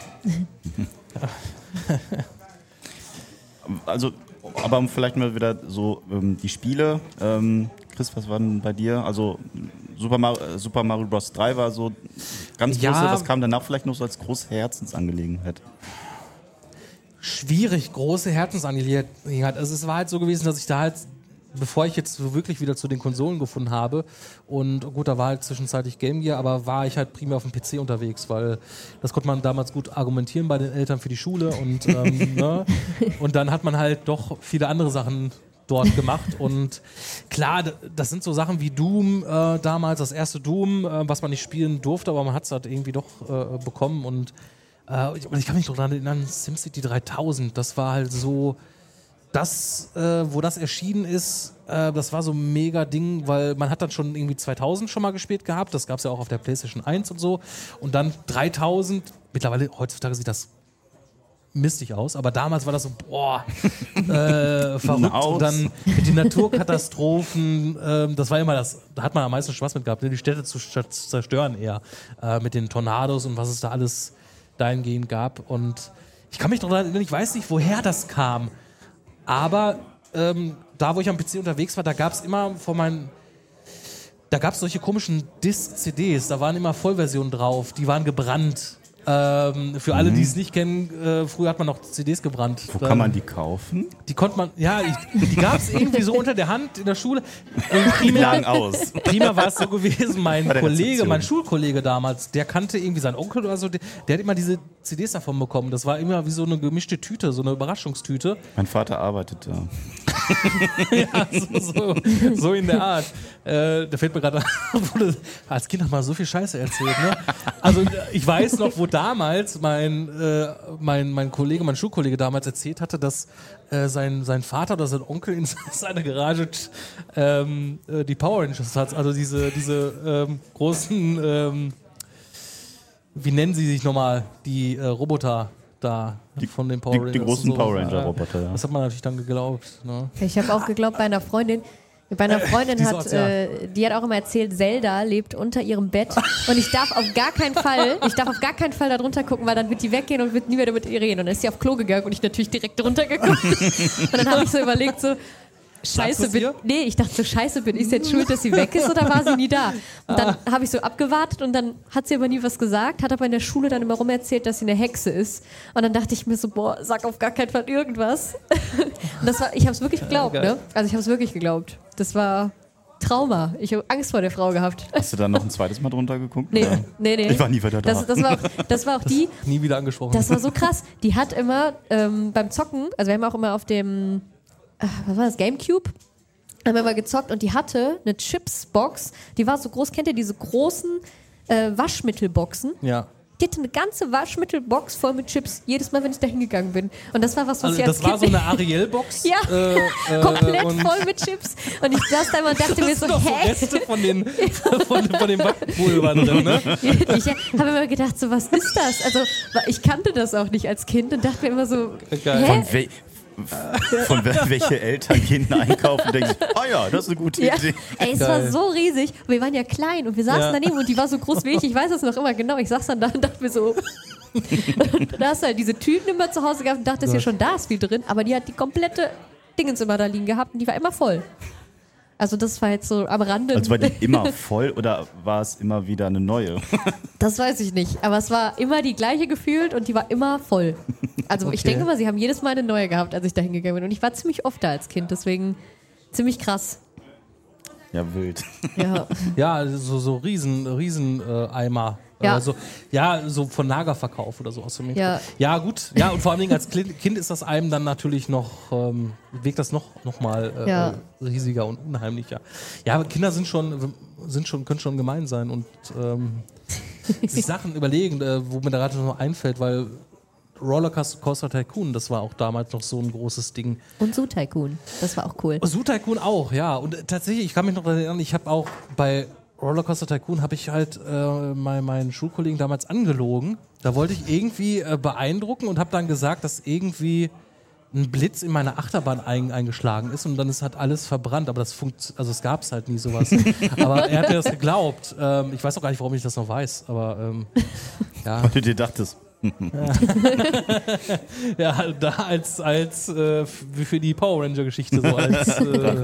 Also, aber vielleicht mal wieder so die Spiele. Chris, was war denn bei dir? Also Super Mario Bros. 3 war so ganz große, was kam danach vielleicht noch so als große Herzensangelegenheit? Schwierig, große Herzensangelegenheit. Also es war halt so gewesen, dass ich da halt, bevor ich jetzt so wirklich wieder zu den Konsolen gefunden habe, und gut, da war halt zwischenzeitlich Game Gear, aber war ich halt primär auf dem PC unterwegs, weil das konnte man damals gut argumentieren bei den Eltern für die Schule und, ne? Und dann hat man halt doch viele andere Sachen dort gemacht und klar, das sind so Sachen wie Doom damals, das erste Doom, was man nicht spielen durfte, aber man hat es halt irgendwie doch bekommen und ich kann mich noch daran erinnern, SimCity 3000, das war halt so, das, wo das erschienen ist, das war so ein mega Ding, weil man hat dann schon irgendwie 2000 schon mal gespielt gehabt, das gab es ja auch auf der PlayStation 1 und so und dann 3000, mittlerweile, heutzutage sieht das mistig aus, aber damals war das so, verrückt. Und dann mit den Naturkatastrophen, das war immer das, da hat man am meisten Spaß mit gehabt, die Städte zu zerstören eher, mit den Tornados und was es da alles dahingehend gab. Und ich kann mich noch daran erinnern, ich weiß nicht, woher das kam, aber da, wo ich am PC unterwegs war, da gab es immer da gab es solche komischen Disc-CDs, da waren immer Vollversionen drauf, die waren gebrannt. Für alle, die es nicht kennen, früher hat man noch CDs gebrannt. Wo kann man die kaufen? Die konnte man, ja, die gab es irgendwie so unter der Hand in der Schule. Prima war es so gewesen, mein Schulkollege damals, der kannte irgendwie seinen Onkel oder so, der hat immer diese CDs davon bekommen. Das war immer wie so eine gemischte Tüte, so eine Überraschungstüte. Mein Vater arbeitet da. Ja, so in der Art. Da fällt mir gerade an, als Kind hat man so viel Scheiße erzählt, ne? Also ich weiß noch, wo damals mein Schulkollege damals erzählt hatte, dass sein Vater oder sein Onkel in seiner Garage die Power Rangers hat, also diese großen, wie nennen sie sich nochmal, die Roboter da von den Power Rangers. Die großen so. Power Ranger Roboter, ja. Das hat man natürlich dann geglaubt. Ne? Ich habe auch geglaubt bei einer Freundin, die hat auch immer erzählt, Zelda lebt unter ihrem Bett und ich darf auf gar keinen Fall da drunter gucken, weil dann wird die weggehen und wird nie wieder mit ihr reden. Und dann ist sie auf Klo gegangen und ich natürlich direkt drunter geguckt. Und dann habe ich so überlegt, so, Scheiße, ich dachte so, Scheiße, bin ich jetzt schuld, dass sie weg ist oder war sie nie da? Und dann habe ich so abgewartet und dann hat sie aber nie was gesagt, hat aber in der Schule dann immer rum erzählt, dass sie eine Hexe ist. Und dann dachte ich mir so, sag auf gar keinen Fall irgendwas. Und ich habe es wirklich geglaubt, ne? Also ich habe es wirklich geglaubt. Das war Trauma. Ich habe Angst vor der Frau gehabt. Hast du dann noch ein zweites Mal drunter geguckt? Nee. Ich war nie wieder da. Das war auch die. Nie wieder angesprochen. Das war so krass. Die hat immer beim Zocken, also wir haben auch immer auf dem was war das, Gamecube? Haben wir mal gezockt und die hatte eine Chips-Box, die war so groß, kennt ihr diese großen Waschmittelboxen? Ja. Die hatte eine ganze Waschmittelbox voll mit Chips, jedes Mal, wenn ich da hingegangen bin. Und das war was also sie als das war Kind so eine Ariel-Box? Ja, komplett voll mit Chips. Und ich saß da immer und dachte mir so, so Reste von dem Backpulver drin, ne? Ich habe immer gedacht, so, was ist das? Also, ich kannte das auch nicht als Kind und dachte mir immer so, hä? Von welche Eltern gehen einkaufen und denken, ja, das ist eine gute Idee. Ey, es war so riesig. Wir waren ja klein und wir saßen daneben und die war so groß wie ich weiß das noch immer genau. Ich saß dann da und dachte mir so, und da hast du halt diese Tüten immer zu Hause gehabt und dachtest ja schon, da ist viel drin, aber die hat die komplette Dingens immer da liegen gehabt und die war immer voll. Also das war jetzt so am Rande. Also war die immer voll oder war es immer wieder eine neue? Das weiß ich nicht, aber es war immer die gleiche gefühlt und die war immer voll. Also ich denke mal, sie haben jedes Mal eine neue gehabt, als ich da hingegangen bin. Und ich war ziemlich oft da als Kind, deswegen ziemlich krass. Ja, wild. Ja, so riesen Eimer. Ja. So von Lagerverkauf oder so aus dem Ja. Ja, gut. Ja, und vor allen Dingen als Kind ist das einem dann natürlich noch, wirkt das noch mal riesiger und unheimlicher. Ja, aber Kinder können schon gemein sein und sich Sachen überlegen, wo mir da gerade noch einfällt, weil Rollercoaster Tycoon, das war auch damals noch so ein großes Ding. Und Zoo Tycoon, das war auch cool. Zoo Tycoon auch, ja. Und tatsächlich, ich kann mich noch erinnern, ich habe auch bei Rollercoaster Tycoon habe ich halt meinen Schulkollegen damals angelogen. Da wollte ich irgendwie beeindrucken und habe dann gesagt, dass irgendwie ein Blitz in meine Achterbahn eingeschlagen ist und dann ist halt alles verbrannt. Aber es gab es halt nie sowas. Aber er hat mir das geglaubt. Ich weiß auch gar nicht, warum ich das noch weiß. Aber ja. Weil du dir dachtest. Ja, da als für die Power Ranger-Geschichte so als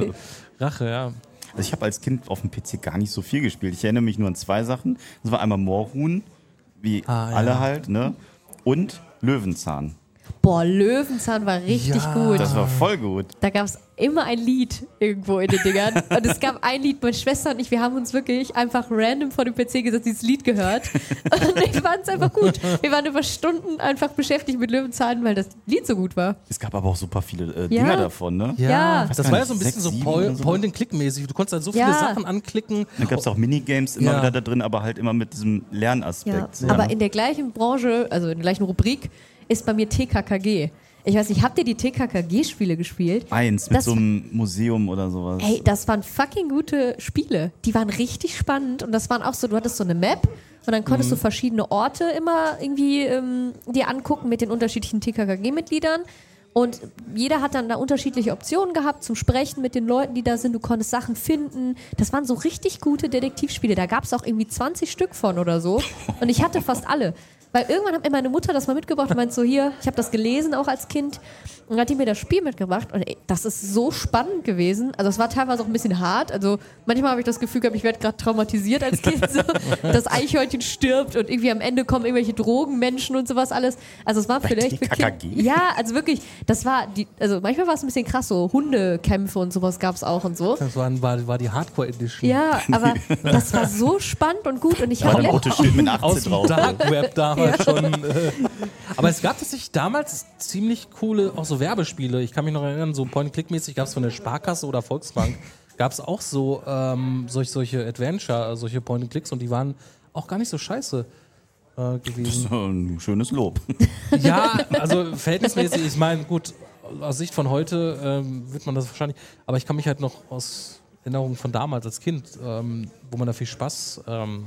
Rache, ja. Also ich habe als Kind auf dem PC gar nicht so viel gespielt. Ich erinnere mich nur an 2 Sachen. Das war einmal Moorhuhn, wie alle halt, ne? Und Löwenzahn. Boah, Löwenzahn war richtig gut. Das war voll gut. Da gab es immer ein Lied irgendwo in den Dingern. Und es gab ein Lied, meine Schwester und ich, wir haben uns wirklich einfach random vor dem PC gesetzt, dieses Lied gehört. Und wir fanden es einfach gut. Wir waren über Stunden einfach beschäftigt mit Löwenzahn, weil das Lied so gut war. Es gab aber auch super viele Dinger davon, ne? Ja. Das war ja so ein bisschen 6, so Point-and-Click-mäßig. Du konntest halt so viele Sachen anklicken. Dann gab es auch Minigames immer wieder da drin, aber halt immer mit diesem Lernaspekt. Ja. Aber in der gleichen Branche, also in der gleichen Rubrik, ist bei mir TKKG. Ich weiß nicht, habt ihr die TKKG-Spiele gespielt? Mit so einem Museum oder sowas. Ey, das waren fucking gute Spiele. Die waren richtig spannend und das waren auch so, du hattest so eine Map und dann konntest du verschiedene Orte immer irgendwie dir angucken mit den unterschiedlichen TKKG-Mitgliedern und jeder hat dann da unterschiedliche Optionen gehabt zum Sprechen mit den Leuten, die da sind. Du konntest Sachen finden. Das waren so richtig gute Detektivspiele. Da gab es auch irgendwie 20 Stück von oder so und ich hatte fast alle. Weil irgendwann hat mir meine Mutter das mal mitgebracht und meinte so, hier, ich habe das gelesen auch als Kind und dann hat die mir das Spiel mitgebracht und ey, das ist so spannend gewesen. Also es war teilweise auch ein bisschen hart. Also manchmal habe ich das Gefühl gehabt, ich werde gerade traumatisiert als Kind. So, das Eichhörnchen stirbt und irgendwie am Ende kommen irgendwelche Drogenmenschen und sowas alles. Also es war vielleicht für Kinder. Ja, also wirklich, das war also manchmal war es ein bisschen krass, so Hundekämpfe und sowas gab es auch und so. Das war die Hardcore-Edition. Ja, aber das war so spannend und gut und ich habe mit 18 aus dem drauf. Dark Web damals schon. Aber es gab tatsächlich damals ziemlich coole, auch so Werbespiele. Ich kann mich noch erinnern, so Point-and-Click-mäßig gab es von der Sparkasse oder Volksbank, gab es auch so solche Adventure, solche Point-and-Clicks und die waren auch gar nicht so scheiße gewesen. Das ist ein schönes Lob. Ja, also verhältnismäßig, ich meine, gut, aus Sicht von heute wird man das wahrscheinlich, aber ich kann mich halt noch aus Erinnerungen von damals als Kind, wo man da viel Spaß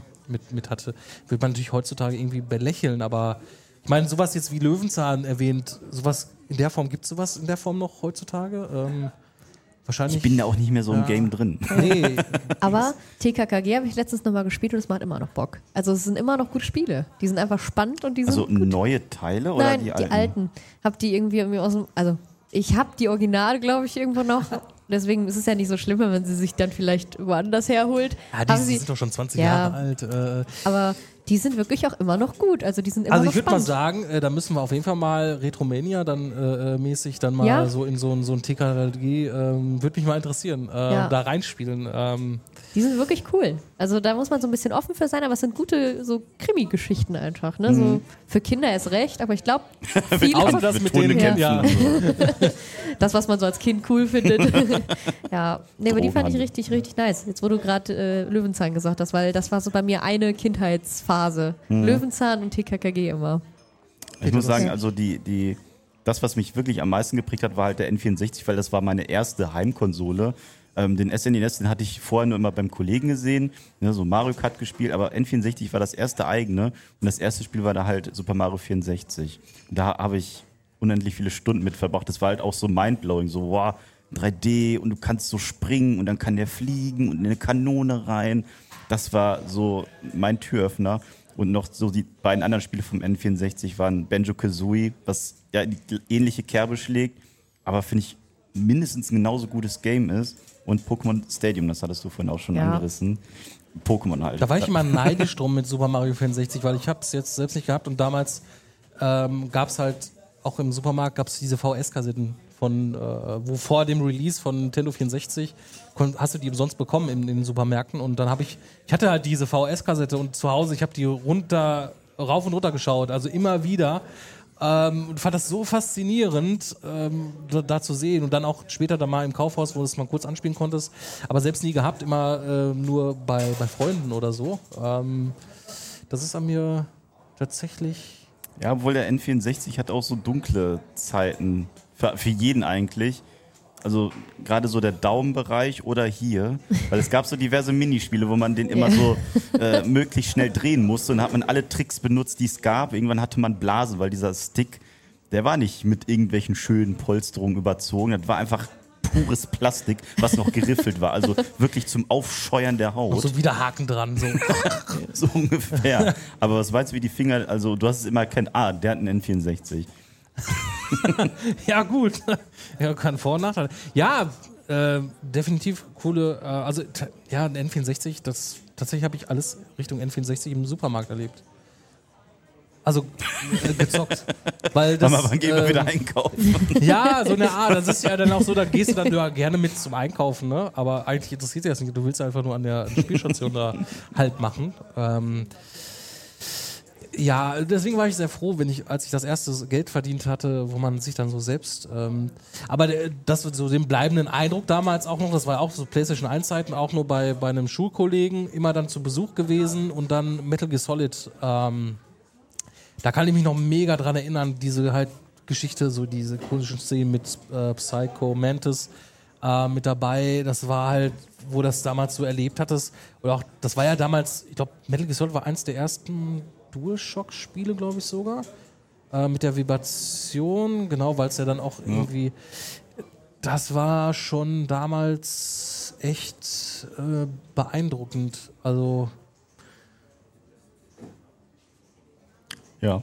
mit hatte, wird man natürlich heutzutage irgendwie belächeln, aber ich meine, sowas jetzt wie Löwenzahn erwähnt, sowas in der Form, gibt es sowas in der Form noch heutzutage? Wahrscheinlich. Ich bin da auch nicht mehr so im Game drin. Nee. Aber TKKG habe ich letztens nochmal gespielt und es macht immer noch Bock. Also es sind immer noch gute Spiele. Die sind einfach spannend und die sind gut. Neue Teile oder Nein, die alten? die alten. Hab die irgendwie aus dem, also ich habe die Originale, glaube ich, irgendwo noch. Deswegen ist es ja nicht so schlimm, wenn man sie sich dann vielleicht woanders herholt. Ja, die sind doch schon 20 Jahre alt. Aber die sind wirklich auch immer noch gut. Also die sind immer also noch ich würde mal spannend. sagen, da müssen wir auf jeden Fall mal Retromania dann mäßig dann mal so in so ein TKKG, würde mich mal interessieren, da reinspielen. Die sind wirklich cool. Also da muss man so ein bisschen offen für sein, aber es sind gute so Krimi-Geschichten einfach. Ne? So für Kinder erst recht, aber ich glaube, viele Außer das mit denen das, was man so als Kind cool findet. Ja, nee, aber die fand ich richtig, richtig nice. Jetzt, wo du gerade Löwenzahn gesagt hast, weil das war so bei mir eine Kindheitsphase. Löwenzahn und TKKG immer. Ich muss sagen, also das, was mich wirklich am meisten geprägt hat, war halt der N64, weil das war meine erste Heimkonsole. Den SNES, den hatte ich vorher nur immer beim Kollegen gesehen, ne, so Mario Kart gespielt, aber N64 war das erste eigene und das erste Spiel war da halt Super Mario 64. Und da habe ich unendlich viele Stunden mit verbracht. Das war halt auch so mindblowing, so wow, 3D und du kannst so springen und dann kann der fliegen und in eine Kanone rein. Das war so mein Türöffner. Und noch so die beiden anderen Spiele vom N64 waren Banjo-Kazooie, was ja in die ähnliche Kerbe schlägt, aber finde ich mindestens ein genauso gutes Game ist. Und Pokémon Stadium, das hattest du vorhin auch schon angerissen. Pokémon halt. Da war ich immer neidisch drum mit Super Mario 64, weil ich habe es jetzt selbst nicht gehabt und damals gab es halt auch im Supermarkt gab's diese VS-Kassetten von, wo vor dem Release von Nintendo 64 hast du die umsonst bekommen in den Supermärkten und dann ich hatte halt diese VS-Kassette und zu Hause, ich habe die rauf und runter geschaut, also immer wieder und fand das so faszinierend, da zu sehen und dann auch später da mal im Kaufhaus, wo du es mal kurz anspielen konntest, aber selbst nie gehabt, immer nur bei Freunden oder so. Das ist an mir tatsächlich... Ja, obwohl der N64 hat auch so dunkle Zeiten, für jeden eigentlich. Also gerade so der Daumenbereich oder hier, weil es gab so diverse Minispiele, wo man den immer so möglichst schnell drehen musste und dann hat man alle Tricks benutzt, die es gab. Irgendwann hatte man Blasen, weil dieser Stick, der war nicht mit irgendwelchen schönen Polsterungen überzogen, das war einfach pures Plastik, was noch geriffelt war, also wirklich zum Aufscheuern der Haut. Und so wieder Haken dran, so. So ungefähr. Aber was weißt du, wie die Finger, also du hast es immer erkannt, der hat einen N64. Ja, gut. Ja, kann Vor- und Nachteil. Ja, definitiv coole, ein N64, tatsächlich habe ich alles Richtung N64 im Supermarkt erlebt. Also gezockt. Weil das, wann gehen wir wieder einkaufen? Ja, so eine Art. Das ist ja dann auch so, da gehst du dann ja gerne mit zum Einkaufen, ne? Aber eigentlich interessiert dich das nicht. Du willst einfach nur an der Spielstation da halt machen. Ja, deswegen war ich sehr froh, als ich das erste Geld verdient hatte, wo man sich dann so selbst. Aber das so den bleibenden Eindruck damals auch noch, das war auch so PlayStation 1 Zeiten, auch nur bei einem Schulkollegen, immer dann zu Besuch gewesen und dann Metal Gear Solid. Da kann ich mich noch mega dran erinnern, diese halt Geschichte, so diese ikonischen Szenen mit Psycho Mantis mit dabei. Das war halt, wo das damals so erlebt hattest. Oder auch, das war ja damals, ich glaube, Metal Gear Solid war eins der ersten DualShock-Spiele, glaube ich sogar. Mit der Vibration, genau, weil es ja dann auch irgendwie. Das war schon damals echt beeindruckend. Also. Ja.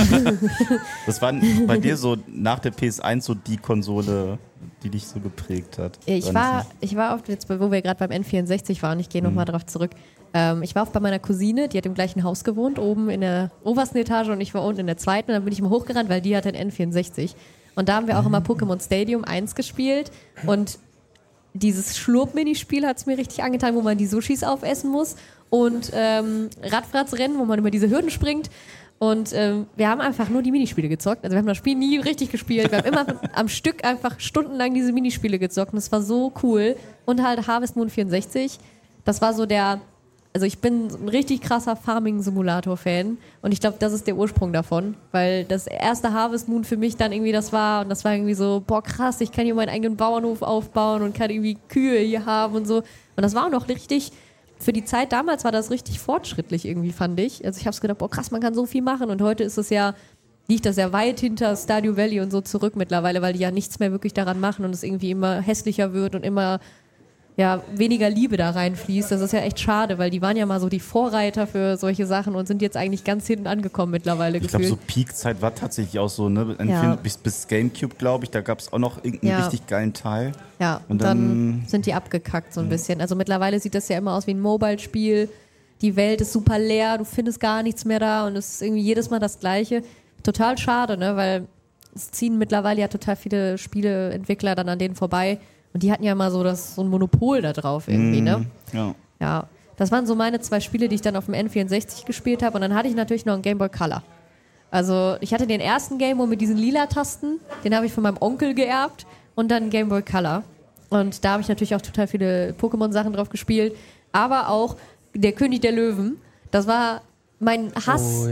Das war bei dir so nach der PS1 so die Konsole, die dich so geprägt hat. Ich war oft, jetzt, wo wir gerade beim N64 waren, ich gehe nochmal drauf zurück. Ich war oft bei meiner Cousine, die hat im gleichen Haus gewohnt, oben in der obersten Etage und ich war unten in der zweiten. Und dann bin ich mal hochgerannt, weil die hat ein N64. Und da haben wir auch immer Pokémon Stadium 1 gespielt. Und dieses Schlurp-Minispiel hat es mir richtig angetan, wo man die Sushis aufessen muss. Und Radfratzrennen, wo man über diese Hürden springt. Und wir haben einfach nur die Minispiele gezockt. Also wir haben das Spiel nie richtig gespielt. Wir haben immer am Stück einfach stundenlang diese Minispiele gezockt. Und das war so cool. Und halt Harvest Moon 64. Das war so also ich bin ein richtig krasser Farming-Simulator-Fan. Und ich glaube, das ist der Ursprung davon. Weil das erste Harvest Moon für mich dann irgendwie das war. Und das war irgendwie so, boah krass, ich kann hier meinen eigenen Bauernhof aufbauen und kann irgendwie Kühe hier haben und so. Und das war auch noch richtig... Für die Zeit damals war das richtig fortschrittlich irgendwie, fand ich. Also ich habe gedacht, boah krass, man kann so viel machen und heute ist es liegt das ja weit hinter Stardew Valley und so zurück mittlerweile, weil die ja nichts mehr wirklich daran machen und es irgendwie immer hässlicher wird und immer weniger Liebe da reinfließt. Das ist ja echt schade, weil die waren ja mal so die Vorreiter für solche Sachen und sind jetzt eigentlich ganz hinten angekommen mittlerweile gefühlt. Ich glaube, so Peak-Zeit war tatsächlich auch so, ne? Bis Gamecube, glaube ich, da gab es auch noch irgendeinen richtig geilen Teil. Ja, und dann sind die abgekackt so ein bisschen. Also mittlerweile sieht das ja immer aus wie ein Mobile-Spiel. Die Welt ist super leer, du findest gar nichts mehr da und es ist irgendwie jedes Mal das Gleiche. Total schade, ne? Weil es ziehen mittlerweile ja total viele Spieleentwickler dann an denen vorbei. Und die hatten ja mal so ein Monopol da drauf irgendwie, ne? Ja. Das waren so meine 2 Spiele, die ich dann auf dem N64 gespielt habe. Und dann hatte ich natürlich noch einen Game Boy Color. Also ich hatte den ersten Game Boy mit diesen lila Tasten. Den habe ich von meinem Onkel geerbt. Und dann Game Boy Color. Und da habe ich natürlich auch total viele Pokémon-Sachen drauf gespielt. Aber auch der König der Löwen. Das war mein Hass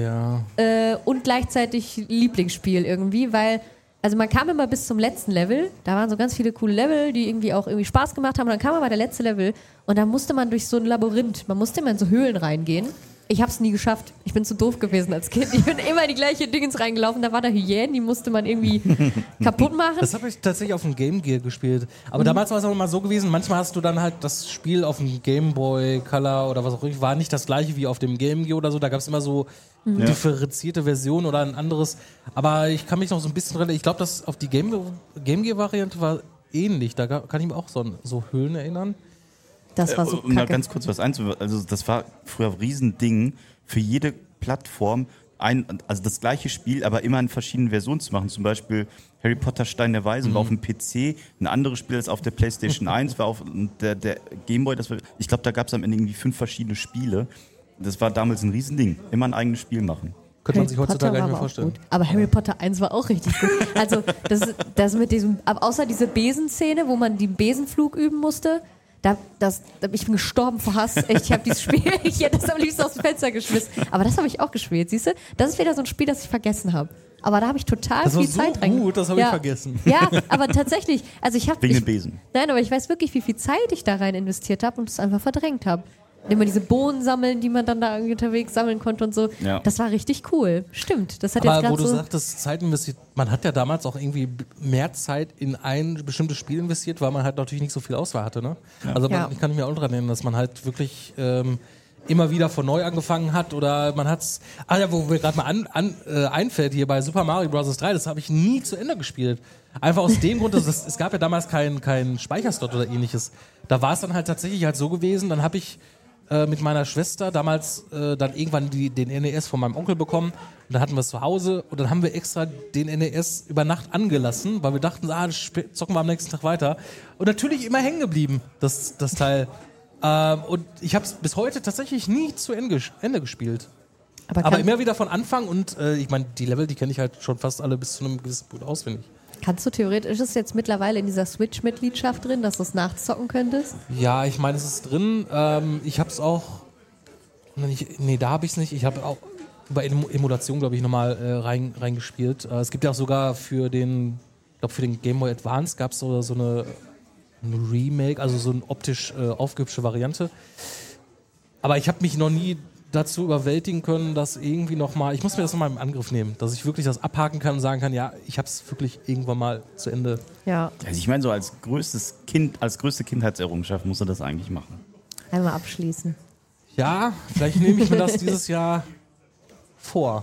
und gleichzeitig Lieblingsspiel irgendwie, weil... Also man kam immer bis zum letzten Level, da waren so ganz viele coole Level, die irgendwie auch irgendwie Spaß gemacht haben und dann kam aber der letzte Level und dann musste man durch so ein Labyrinth, man musste immer in so Höhlen reingehen. Ich hab's nie geschafft, ich bin zu doof gewesen als Kind, ich bin immer die gleiche Dingens reingelaufen, da war da Hyänen, die musste man irgendwie kaputt machen. Das habe ich tatsächlich auf dem Game Gear gespielt, aber damals war es auch immer so gewesen, manchmal hast du dann halt das Spiel auf dem Game Boy Color oder was auch immer, war nicht das gleiche wie auf dem Game Gear oder so, da gab es immer so differenzierte Version oder ein anderes, aber ich kann mich noch so ein bisschen dran, ich glaube, dass auf die Game Gear Variante war ähnlich. Da kann ich mir auch so Höhlen erinnern. Das war so Um da ganz kurz was einzuwerfen, also das war früher ein Riesending, für jede Plattform also das gleiche Spiel, aber immer in verschiedenen Versionen zu machen. Zum Beispiel Harry Potter Stein der Weisen war auf dem PC, ein anderes Spiel als auf der PlayStation 1, war auf der Gameboy. Ich glaube, da gab es am Ende irgendwie 5 verschiedene Spiele. Das war damals ein Riesending. Immer ein eigenes Spiel machen. Könnte man sich heutzutage gar nicht mehr vorstellen. Gut. Aber Harry Potter 1 war auch richtig gut. Also das mit diesem, außer diese Besenszene, wo man den Besenflug üben musste, ich bin gestorben vor Hass. Echt, ich habe dieses Spiel, ich hätte das am liebsten aus dem Fenster geschmissen. Aber das habe ich auch gespielt, siehst du? Das ist wieder so ein Spiel, das ich vergessen habe. Aber da habe ich total viel Zeit rein. Das war so gut, das habe ich vergessen. Ja, aber tatsächlich. Also wegen dem Besen. Nein, aber ich weiß wirklich, wie viel Zeit ich da rein investiert habe und es einfach verdrängt habe. Immer diese Bohnen sammeln, die man dann da unterwegs sammeln konnte und so. Ja. Das war richtig cool. Stimmt. Das hat aber jetzt wo du sagtest, Zeit investiert, man hat ja damals auch irgendwie mehr Zeit in ein bestimmtes Spiel investiert, weil man halt natürlich nicht so viel Auswahl hatte. Ne? Ja. Also ich kann mich auch daran erinnern, dass man halt wirklich immer wieder von neu angefangen hat oder man hat's. Wo mir gerade mal einfällt, hier bei Super Mario Bros. 3, das habe ich nie zu Ende gespielt. Einfach aus dem Grund, dass es gab ja damals kein Speicherslot oder ähnliches. Da war es dann halt tatsächlich halt so gewesen, dann habe ich mit meiner Schwester damals dann irgendwann den NES von meinem Onkel bekommen und dann hatten wir es zu Hause und dann haben wir extra den NES über Nacht angelassen, weil wir dachten, das zocken wir am nächsten Tag weiter und natürlich immer hängen geblieben, das Teil. Und ich habe es bis heute tatsächlich nie zu Ende gespielt. Aber immer wieder von Anfang und ich meine, die Level, die kenne ich halt schon fast alle bis zu einem gewissen Punkt auswendig. Kannst du theoretisch, ist es jetzt mittlerweile in dieser Switch-Mitgliedschaft drin, dass du es nachzocken könntest? Ja, ich meine, es ist drin. Ich habe es auch. Da habe ich es nicht. Ich habe auch über Emulation, glaube ich, nochmal reingespielt. Es gibt ja auch sogar für den Game Boy Advance gab es so eine Remake, also so eine optisch aufgehübschte Variante. Aber ich habe mich noch nie dazu überwältigen können, dass irgendwie nochmal, ich muss mir das nochmal im Angriff nehmen, dass ich wirklich das abhaken kann und sagen kann, ja, ich habe es wirklich irgendwann mal zu Ende. Ja. Also ich meine, so als größte Kindheitserrungenschaft musst du das eigentlich machen. Einmal abschließen. Ja, vielleicht nehme ich mir das dieses Jahr vor.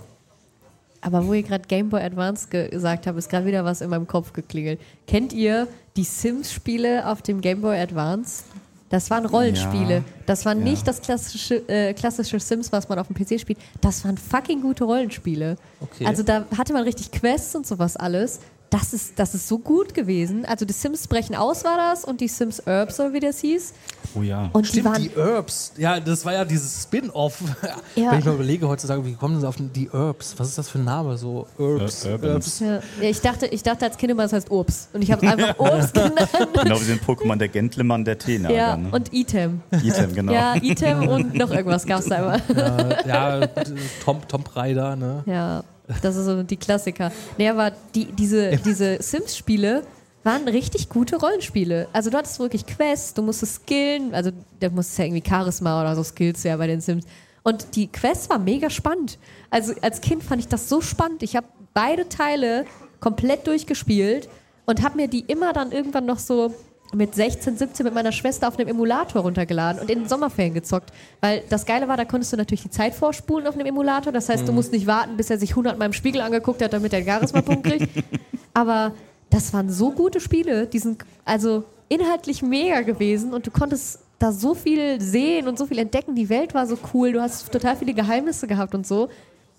Aber wo ihr gerade Game Boy Advance gesagt habt, ist gerade wieder was in meinem Kopf geklingelt. Kennt ihr die Sims-Spiele auf dem Game Boy Advance? Das waren Rollenspiele. Ja. Das war nicht das klassische Sims, was man auf dem PC spielt. Das waren fucking gute Rollenspiele. Okay. Also da hatte man richtig Quests und sowas alles. Das ist so gut gewesen. Also die Sims brechen aus war das und die Sims Urbs, oder wie das hieß. Oh ja. Und stimmt, die Urbs. Ja, das war ja dieses Spin-Off. Ja. Wenn ich mal überlege heutzutage, wie kommen sie auf die Urbs? Was ist das für ein Name? So Urbs. Ja, ich dachte als Kind immer, das heißt Urbs. Und ich habe es einfach Urbs genannt. Genau, wir sind Pokémon, der Gentleman, der Teenager. Ja, ne? und Item. Item, genau. Ja, Item und noch irgendwas gab es da immer. Ja, Tom Raider, ne? Ja. Das ist so die Klassiker. Nee, aber diese Sims-Spiele waren richtig gute Rollenspiele. Also du hattest wirklich Quests, du musstest skillen, also da musstest ja irgendwie Charisma oder so Skills ja bei den Sims. Und die Quests waren mega spannend. Also als Kind fand ich das so spannend. Ich habe beide Teile komplett durchgespielt und habe mir die immer dann irgendwann noch so mit 16, 17 mit meiner Schwester auf einem Emulator runtergeladen und in den Sommerferien gezockt. Weil das Geile war, da konntest du natürlich die Zeit vorspulen auf einem Emulator. Das heißt, du musst nicht warten, bis er sich 100 Mal im Spiegel angeguckt hat, damit er einen Charisma-Punkt kriegt. Aber das waren so gute Spiele. Die sind also inhaltlich mega gewesen und du konntest da so viel sehen und so viel entdecken. Die Welt war so cool. Du hast total viele Geheimnisse gehabt und so.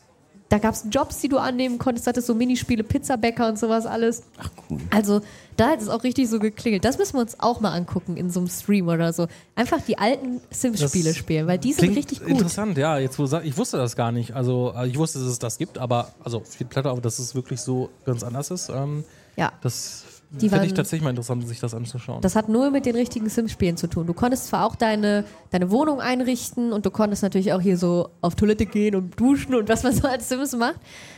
Da gab es Jobs, die du annehmen konntest, hattest so Minispiele, Pizzabäcker und sowas alles. Ach cool. Also da hat es auch richtig so geklingelt. Das müssen wir uns auch mal angucken in so einem Stream oder so. Einfach die alten Sims-Spiele spielen, weil die sind richtig gut. Interessant, ja. Jetzt, ich wusste das gar nicht. Also ich wusste, dass es das gibt, aber also viel Platte, aber dass es wirklich so ganz anders ist. Ja. Das finde ich tatsächlich mal interessant, sich das anzuschauen. Das hat nur mit den richtigen Sims-Spielen zu tun. Du konntest zwar auch deine Wohnung einrichten und du konntest natürlich auch hier so auf Toilette gehen und duschen und was man so als Sims macht.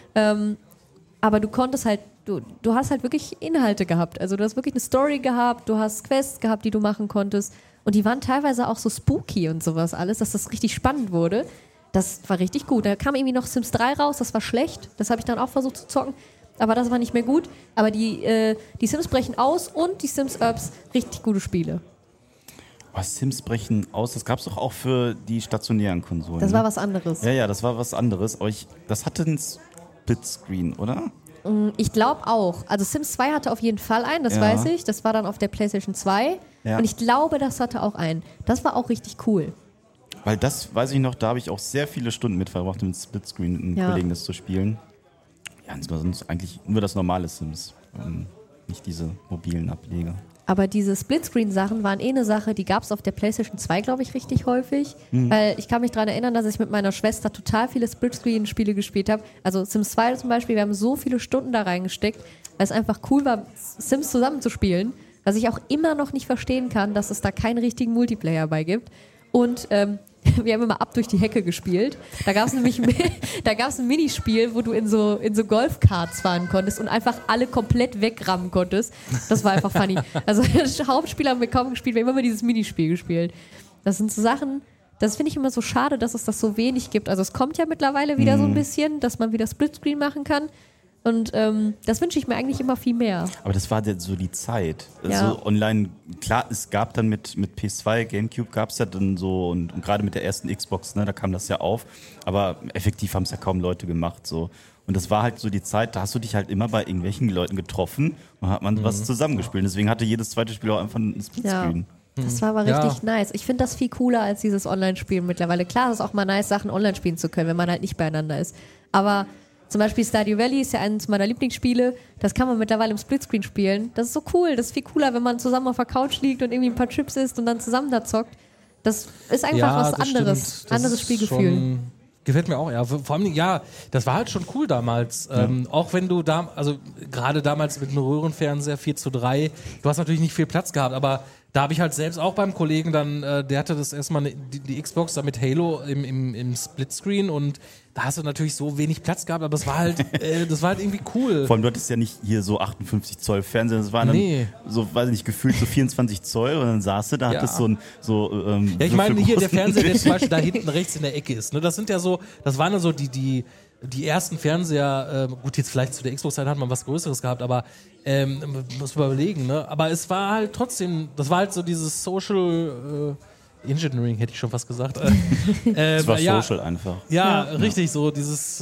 Aber du konntest halt, du hast halt wirklich Inhalte gehabt. Also du hast wirklich eine Story gehabt, du hast Quests gehabt, die du machen konntest. Und die waren teilweise auch so spooky und sowas alles, dass das richtig spannend wurde. Das war richtig gut. Da kam irgendwie noch Sims 3 raus, das war schlecht. Das habe ich dann auch versucht zu zocken. Aber das war nicht mehr gut. Aber die Sims brechen aus und die Sims Urbs, richtig gute Spiele. Was, Sims brechen aus? Das gab es doch auch für die stationären Konsolen. Das war was anderes. Ja, das war was anderes. Aber das hatte einen Splitscreen, oder? Ich glaube auch. Also Sims 2 hatte auf jeden Fall einen, das weiß ich. Das war dann auf der PlayStation 2. Ja. Und ich glaube, das hatte auch einen. Das war auch richtig cool. Weil das, weiß ich noch, da habe ich auch sehr viele Stunden mit verbracht, mit Splitscreen mit einem Kollegen das zu spielen. Ja, sonst eigentlich nur das normale Sims. Nicht diese mobilen Ableger. Aber diese Splitscreen-Sachen waren eine Sache, die gab es auf der PlayStation 2, glaube ich, richtig häufig. Weil ich kann mich daran erinnern, dass ich mit meiner Schwester total viele Splitscreen-Spiele gespielt habe. Also Sims 2 zum Beispiel, wir haben so viele Stunden da reingesteckt, weil es einfach cool war, Sims zusammenzuspielen. Was ich auch immer noch nicht verstehen kann, dass es da keinen richtigen Multiplayer bei gibt. Und wir haben immer ab durch die Hecke gespielt. Da gab es nämlich ein Minispiel, wo du in so Golfkarts fahren konntest und einfach alle komplett wegrammen konntest. Das war einfach funny. Also Hauptspieler haben wir kaum gespielt, wir haben immer dieses Minispiel gespielt. Das sind so Sachen, das finde ich immer so schade, dass es das so wenig gibt. Also es kommt ja mittlerweile wieder so ein bisschen, dass man wieder Splitscreen machen kann. Und das wünsche ich mir eigentlich immer viel mehr. Aber das war so die Zeit. So online, klar, es gab dann mit PS2, Gamecube gab es ja dann so und gerade mit der ersten Xbox, ne, da kam das ja auf. Aber effektiv haben es ja kaum Leute gemacht. So. Und das war halt so die Zeit, da hast du dich halt immer bei irgendwelchen Leuten getroffen und hat man was zusammengespielt. Deswegen hatte jedes zweite Spiel auch einfach ein Splitscreen. Ja. Das war aber richtig nice. Ich finde das viel cooler als dieses Online-Spielen mittlerweile. Klar, es ist auch mal nice, Sachen online spielen zu können, wenn man halt nicht beieinander ist. Aber zum Beispiel Stardew Valley ist ja eines meiner Lieblingsspiele. Das kann man mittlerweile im Splitscreen spielen. Das ist so cool. Das ist viel cooler, wenn man zusammen auf der Couch liegt und irgendwie ein paar Chips isst und dann zusammen da zockt. Das ist einfach was anderes. Anderes Spielgefühl. Gefällt mir auch, ja. Vor allem, das war halt schon cool damals. Auch wenn du also gerade damals mit einem Röhrenfernseher 4:3, du hast natürlich nicht viel Platz gehabt, aber da habe ich halt selbst auch beim Kollegen dann, der hatte das erstmal die Xbox da mit Halo im Splitscreen und da hast du natürlich so wenig Platz gehabt, aber das war halt irgendwie cool. Vor allem, du hattest ja nicht hier so 58 Zoll Fernseher, das waren dann so, weiß ich nicht, gefühlt so 24 Zoll und dann saß du da, hattest ja, ich meine hier der Fernseher, der zum Beispiel da hinten rechts in der Ecke ist, ne, das waren ja so die ersten Fernseher, gut, jetzt vielleicht zu der Xbox-Zeit hat man was Größeres gehabt, aber muss man überlegen, ne? Aber es war halt trotzdem, das war halt so dieses Social Engineering, hätte ich schon fast gesagt. Es war Social einfach. Ja, richtig, so dieses,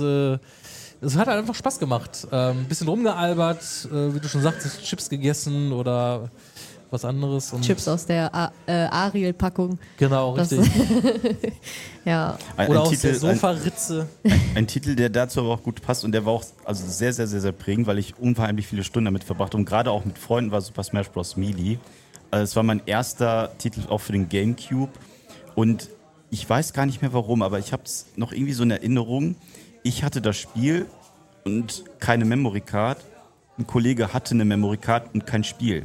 es hat halt einfach Spaß gemacht. Ein bisschen rumgealbert, wie du schon sagtest, Chips gegessen oder was anderes. Und Chips aus der Ariel-Packung. Genau, richtig. Ja. Oder aus der Sofaritze. Ein Titel, der dazu aber auch gut passt und der war auch also sehr, sehr, sehr, sehr prägend, weil ich unheimlich viele Stunden damit verbracht habe und gerade auch mit Freunden war Super Smash Bros. Melee. Also es war mein erster Titel auch für den Gamecube und ich weiß gar nicht mehr warum, aber ich habe es noch irgendwie so in Erinnerung. Ich hatte das Spiel und keine Memory Card. Ein Kollege hatte eine Memory Card und kein Spiel.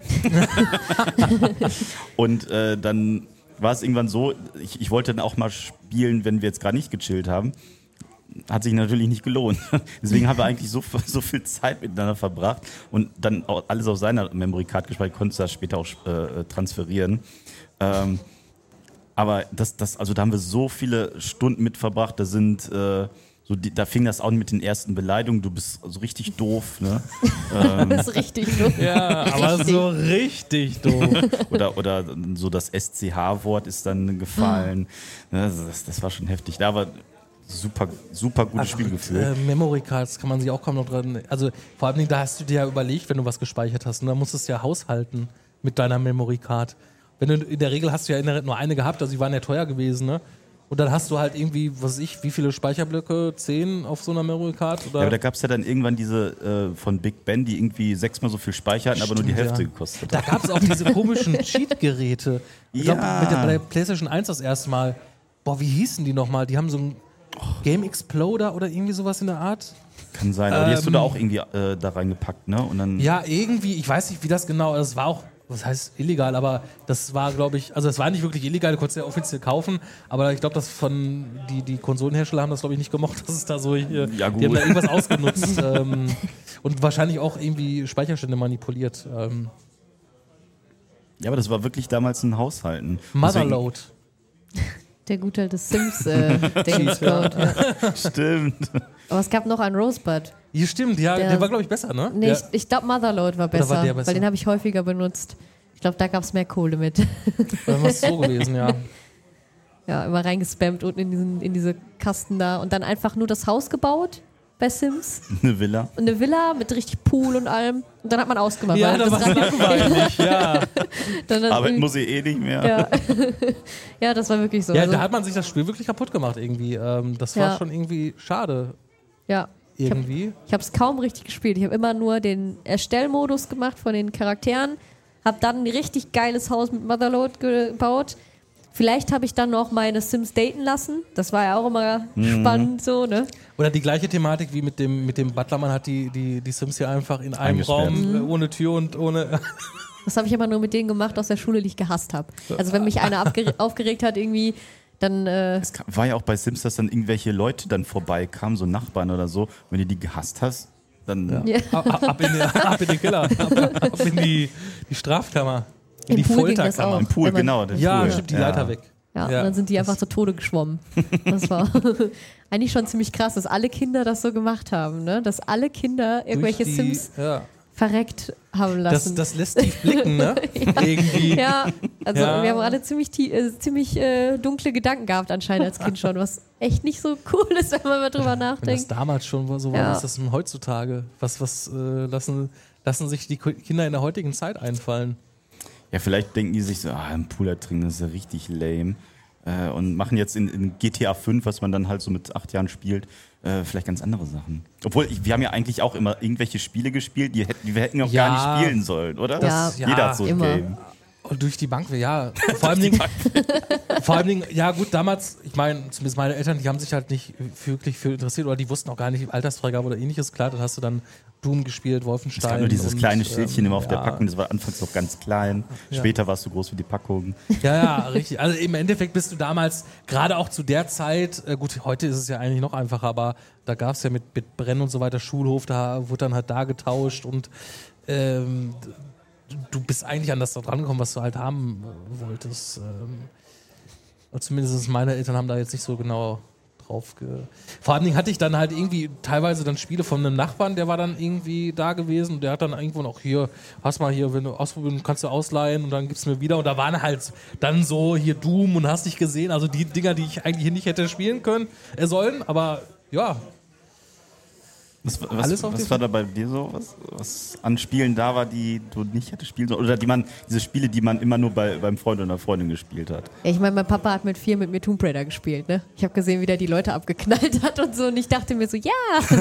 Und dann war es irgendwann so, ich wollte dann auch mal spielen, wenn wir jetzt gerade nicht gechillt haben. Hat sich natürlich nicht gelohnt. Deswegen haben wir eigentlich so viel Zeit miteinander verbracht und dann auch alles auf seiner Memory Card gespeichert, konnte das später auch transferieren. Aber also da haben wir so viele Stunden mit verbracht, da fing das an mit den ersten Beleidigungen, du bist so richtig doof, ne? Das ist richtig doof. Ja, aber so richtig doof. Oder so das SCH-Wort ist dann gefallen. Das war schon heftig. Da war super, super gutes Spielgefühl. Memory Cards kann man sich auch kaum noch dran. Also vor allem, da hast du dir ja überlegt, wenn du was gespeichert hast, und dann musstest du ja haushalten mit deiner Memory Card. Wenn du in der Regel hast du ja nur eine gehabt, also die waren ja teuer gewesen, ne? Und dann hast du halt irgendwie, wie viele Speicherblöcke? 10 auf so einer Memory Card? Oder? Ja, aber da gab es ja dann irgendwann diese von Big Ben, die irgendwie 6-mal so viel Speicher hatten, aber nur die Hälfte gekostet hat. Da gab es auch diese komischen Cheat-Geräte. Ich glaube, mit der PlayStation 1 das erste Mal. Boah, wie hießen die nochmal? Die haben so ein Game Exploder oder irgendwie sowas in der Art. Kann sein, aber die hast du da auch irgendwie da reingepackt, ne? Und dann ja, irgendwie, ich weiß nicht, wie das genau ist. Das war auch, was heißt illegal, aber das war, glaube ich, also es war nicht wirklich illegal, du konntest ja offiziell kaufen, aber ich glaube, dass die Konsolenhersteller haben das, glaube ich, nicht gemocht, dass es da so hier, die haben da irgendwas ausgenutzt und wahrscheinlich auch irgendwie Speicherstände manipuliert. Ja, aber das war wirklich damals ein Haushalten. Motherload. Der gute alte Sims-Code. Ja. Stimmt. Aber es gab noch einen Rosebud. Ja, stimmt, ja, der war, glaube ich, besser, ne? Nee, ich glaube Motherload war besser, weil den habe ich häufiger benutzt. Ich glaube, da gab es mehr Kohle mit. Dann war es so gewesen, ja. Ja, immer reingespammt unten in diese Kasten da und dann einfach nur das Haus gebaut bei Sims. Eine Villa. Eine Villa mit richtig Pool und allem. Und dann hat man ausgemacht. Ja, da war es langweilig, ja. Arbeit muss ich eh nicht mehr. Ja. Ja, das war wirklich so. Ja, da hat man sich das Spiel wirklich kaputt gemacht irgendwie. Das war schon irgendwie schade. Ja. Irgendwie. Ich habe es kaum richtig gespielt. Ich habe immer nur den Erstellmodus gemacht von den Charakteren. Habe dann ein richtig geiles Haus mit Motherlode gebaut. Vielleicht habe ich dann noch meine Sims daten lassen. Das war ja auch immer spannend so, ne? Oder die gleiche Thematik wie mit dem Butler. Man hat die Sims hier einfach in einem Raum ohne Tür und ohne... Das habe ich immer nur mit denen gemacht aus der Schule, die ich gehasst habe. Also wenn mich einer aufgeregt hat irgendwie, dann... Es war ja auch bei Sims, dass dann irgendwelche Leute dann vorbeikamen, so Nachbarn oder so. Wenn du die gehasst hast, dann... Ja. Ab in den Keller, ab in die Strafkammer. In die Pool Folterkammer. Im Pool, genau. Ja, stimmt, die Leiter weg. Ja, und dann sind die einfach zu Tode geschwommen. Das war eigentlich schon ziemlich krass, dass alle Kinder das so gemacht haben, ne? Dass alle Kinder irgendwelche Sims verreckt haben lassen. Das lässt tief blicken, ne? Irgendwie. Ja, also wir haben alle ziemlich dunkle Gedanken gehabt anscheinend als Kind schon, was echt nicht so cool ist, wenn man mal drüber nachdenkt. Wenn das damals schon so war, ist das heutzutage? Was lassen sich die Kinder in der heutigen Zeit einfallen? Ja, vielleicht denken die sich so, im Pool ertrinken, das ist ja richtig lame. Und machen jetzt in GTA 5, was man dann halt so mit 8 Jahren spielt, vielleicht ganz andere Sachen. Obwohl, wir haben ja eigentlich auch immer irgendwelche Spiele gespielt, die wir hätten auch gar nicht spielen sollen, oder? Jeder hat so ein Game. Und durch die Bank, ja. Vor allem Dingen, ja gut, damals, ich meine, zumindest meine Eltern, die haben sich halt nicht wirklich für interessiert oder die wussten auch gar nicht, Altersfreigabe oder ähnliches. Klar, dann hast du dann Doom gespielt, Wolfenstein. Es gab nur dieses kleine Schildchen immer auf der Packung, das war anfangs noch ganz klein. Später warst du groß wie die Packung. Ja, richtig. Also im Endeffekt bist du damals, gerade auch zu der Zeit, gut, heute ist es ja eigentlich noch einfacher, aber da gab es ja mit Brennen und so weiter, Schulhof, da wurde dann halt da getauscht und du bist eigentlich an das da dran gekommen, was du halt haben wolltest. Zumindest meine Eltern haben da jetzt nicht so genau drauf Vor allen Dingen hatte ich dann halt irgendwie teilweise dann Spiele von einem Nachbarn, der war dann irgendwie da gewesen und der hat dann irgendwo noch hier, hast mal hier, wenn du ausprobieren kannst du ausleihen und dann gibst du mir wieder und da waren halt dann so hier Doom und hast dich gesehen, also die Dinger, die ich eigentlich hier nicht hätte spielen können, sollen, aber ja. Was war da bei dir so, was an Spielen da war, die du nicht hättest spielen sollen? Oder diese Spiele, die man immer nur beim Freund oder Freundin gespielt hat? Ja, ich meine, mein Papa hat mit 4 mit mir Tomb Raider gespielt, ne? Ich habe gesehen, wie der die Leute abgeknallt hat und so und ich dachte mir so, ja!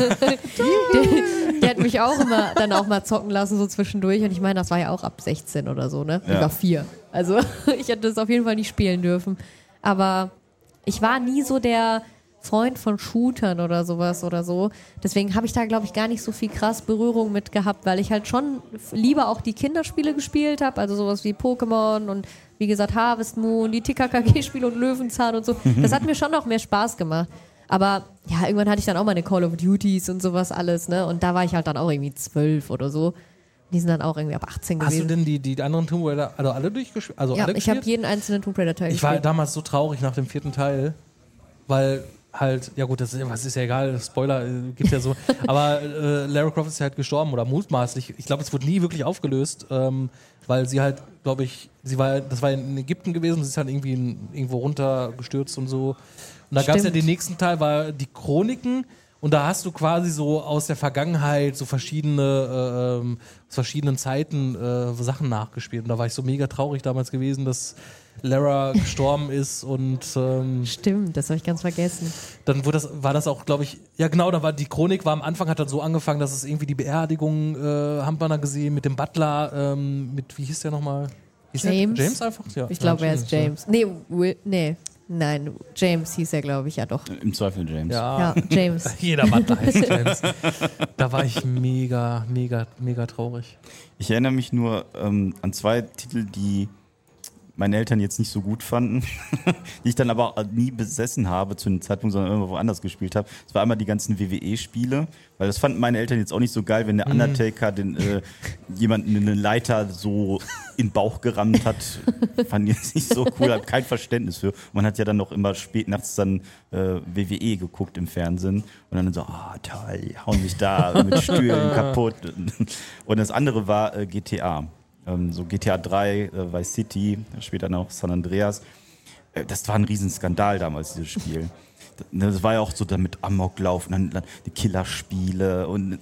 der hat mich auch mal zocken lassen, so zwischendurch und ich meine, das war ja auch ab 16 oder so, ne? Ich war 4. Also ich hätte das auf jeden Fall nicht spielen dürfen. Aber ich war nie so der Freund von Shootern oder sowas oder so. Deswegen habe ich da, glaube ich, gar nicht so viel krass Berührung mit gehabt, weil ich halt schon lieber auch die Kinderspiele gespielt habe, also sowas wie Pokémon und wie gesagt Harvest Moon, die TKKG-Spiele und Löwenzahn und so. Das hat mir schon noch mehr Spaß gemacht. Aber ja, irgendwann hatte ich dann auch meine Call of Duties und sowas alles, ne? Und da war ich halt dann auch irgendwie 12 oder so. Die sind dann auch irgendwie ab 18 gewesen. Hast du denn die anderen Tomb Raider alle durchgespielt? Also ja, alle ich habe jeden einzelnen Tomb Raider Teil gespielt. Ich war damals so traurig nach dem 4. Teil, weil halt, ja gut, das ist ja egal, Spoiler gibt's ja so, aber Lara Croft ist ja halt gestorben oder mutmaßlich. Ich glaube, es wurde nie wirklich aufgelöst, weil sie halt, glaube ich, das war in Ägypten gewesen, sie ist halt irgendwie irgendwo runtergestürzt und so. Und da gab es ja den nächsten Teil, war die Chroniken und da hast du quasi so aus der Vergangenheit so aus verschiedenen Zeiten Sachen nachgespielt. Und da war ich so mega traurig damals gewesen, dass Lara gestorben ist und stimmt, das habe ich ganz vergessen. Dann war das auch, glaube ich, ja genau, da war die Chronik war am Anfang, hat dann so angefangen, dass es irgendwie die Beerdigung haben wir dann gesehen mit dem Butler, wie hieß der nochmal? James? James einfach? Ja. Ich glaube, er ist James. Nein, James hieß er, glaube ich, ja doch. Im Zweifel James. Ja, James. Jeder Butler heißt James. Da war ich mega, mega, mega traurig. Ich erinnere mich nur an 2 Titel, die meine Eltern jetzt nicht so gut fanden, die ich dann aber auch nie besessen habe zu einem Zeitpunkt, sondern irgendwo woanders gespielt habe. Das war einmal die ganzen WWE-Spiele, weil das fanden meine Eltern jetzt auch nicht so geil, wenn der Undertaker jemanden eine Leiter so in den Bauch gerammt hat. Fanden die jetzt nicht so cool, habe kein Verständnis für. Man hat ja dann noch immer spät nachts dann WWE geguckt im Fernsehen und dann so, toll, hauen sich da mit Stühlen kaputt. Und das andere war GTA. So GTA 3, Vice City, später noch San Andreas. Das war ein Riesenskandal damals, dieses Spiel. Das war ja auch so damit Amoklauf, dann die Killerspiele und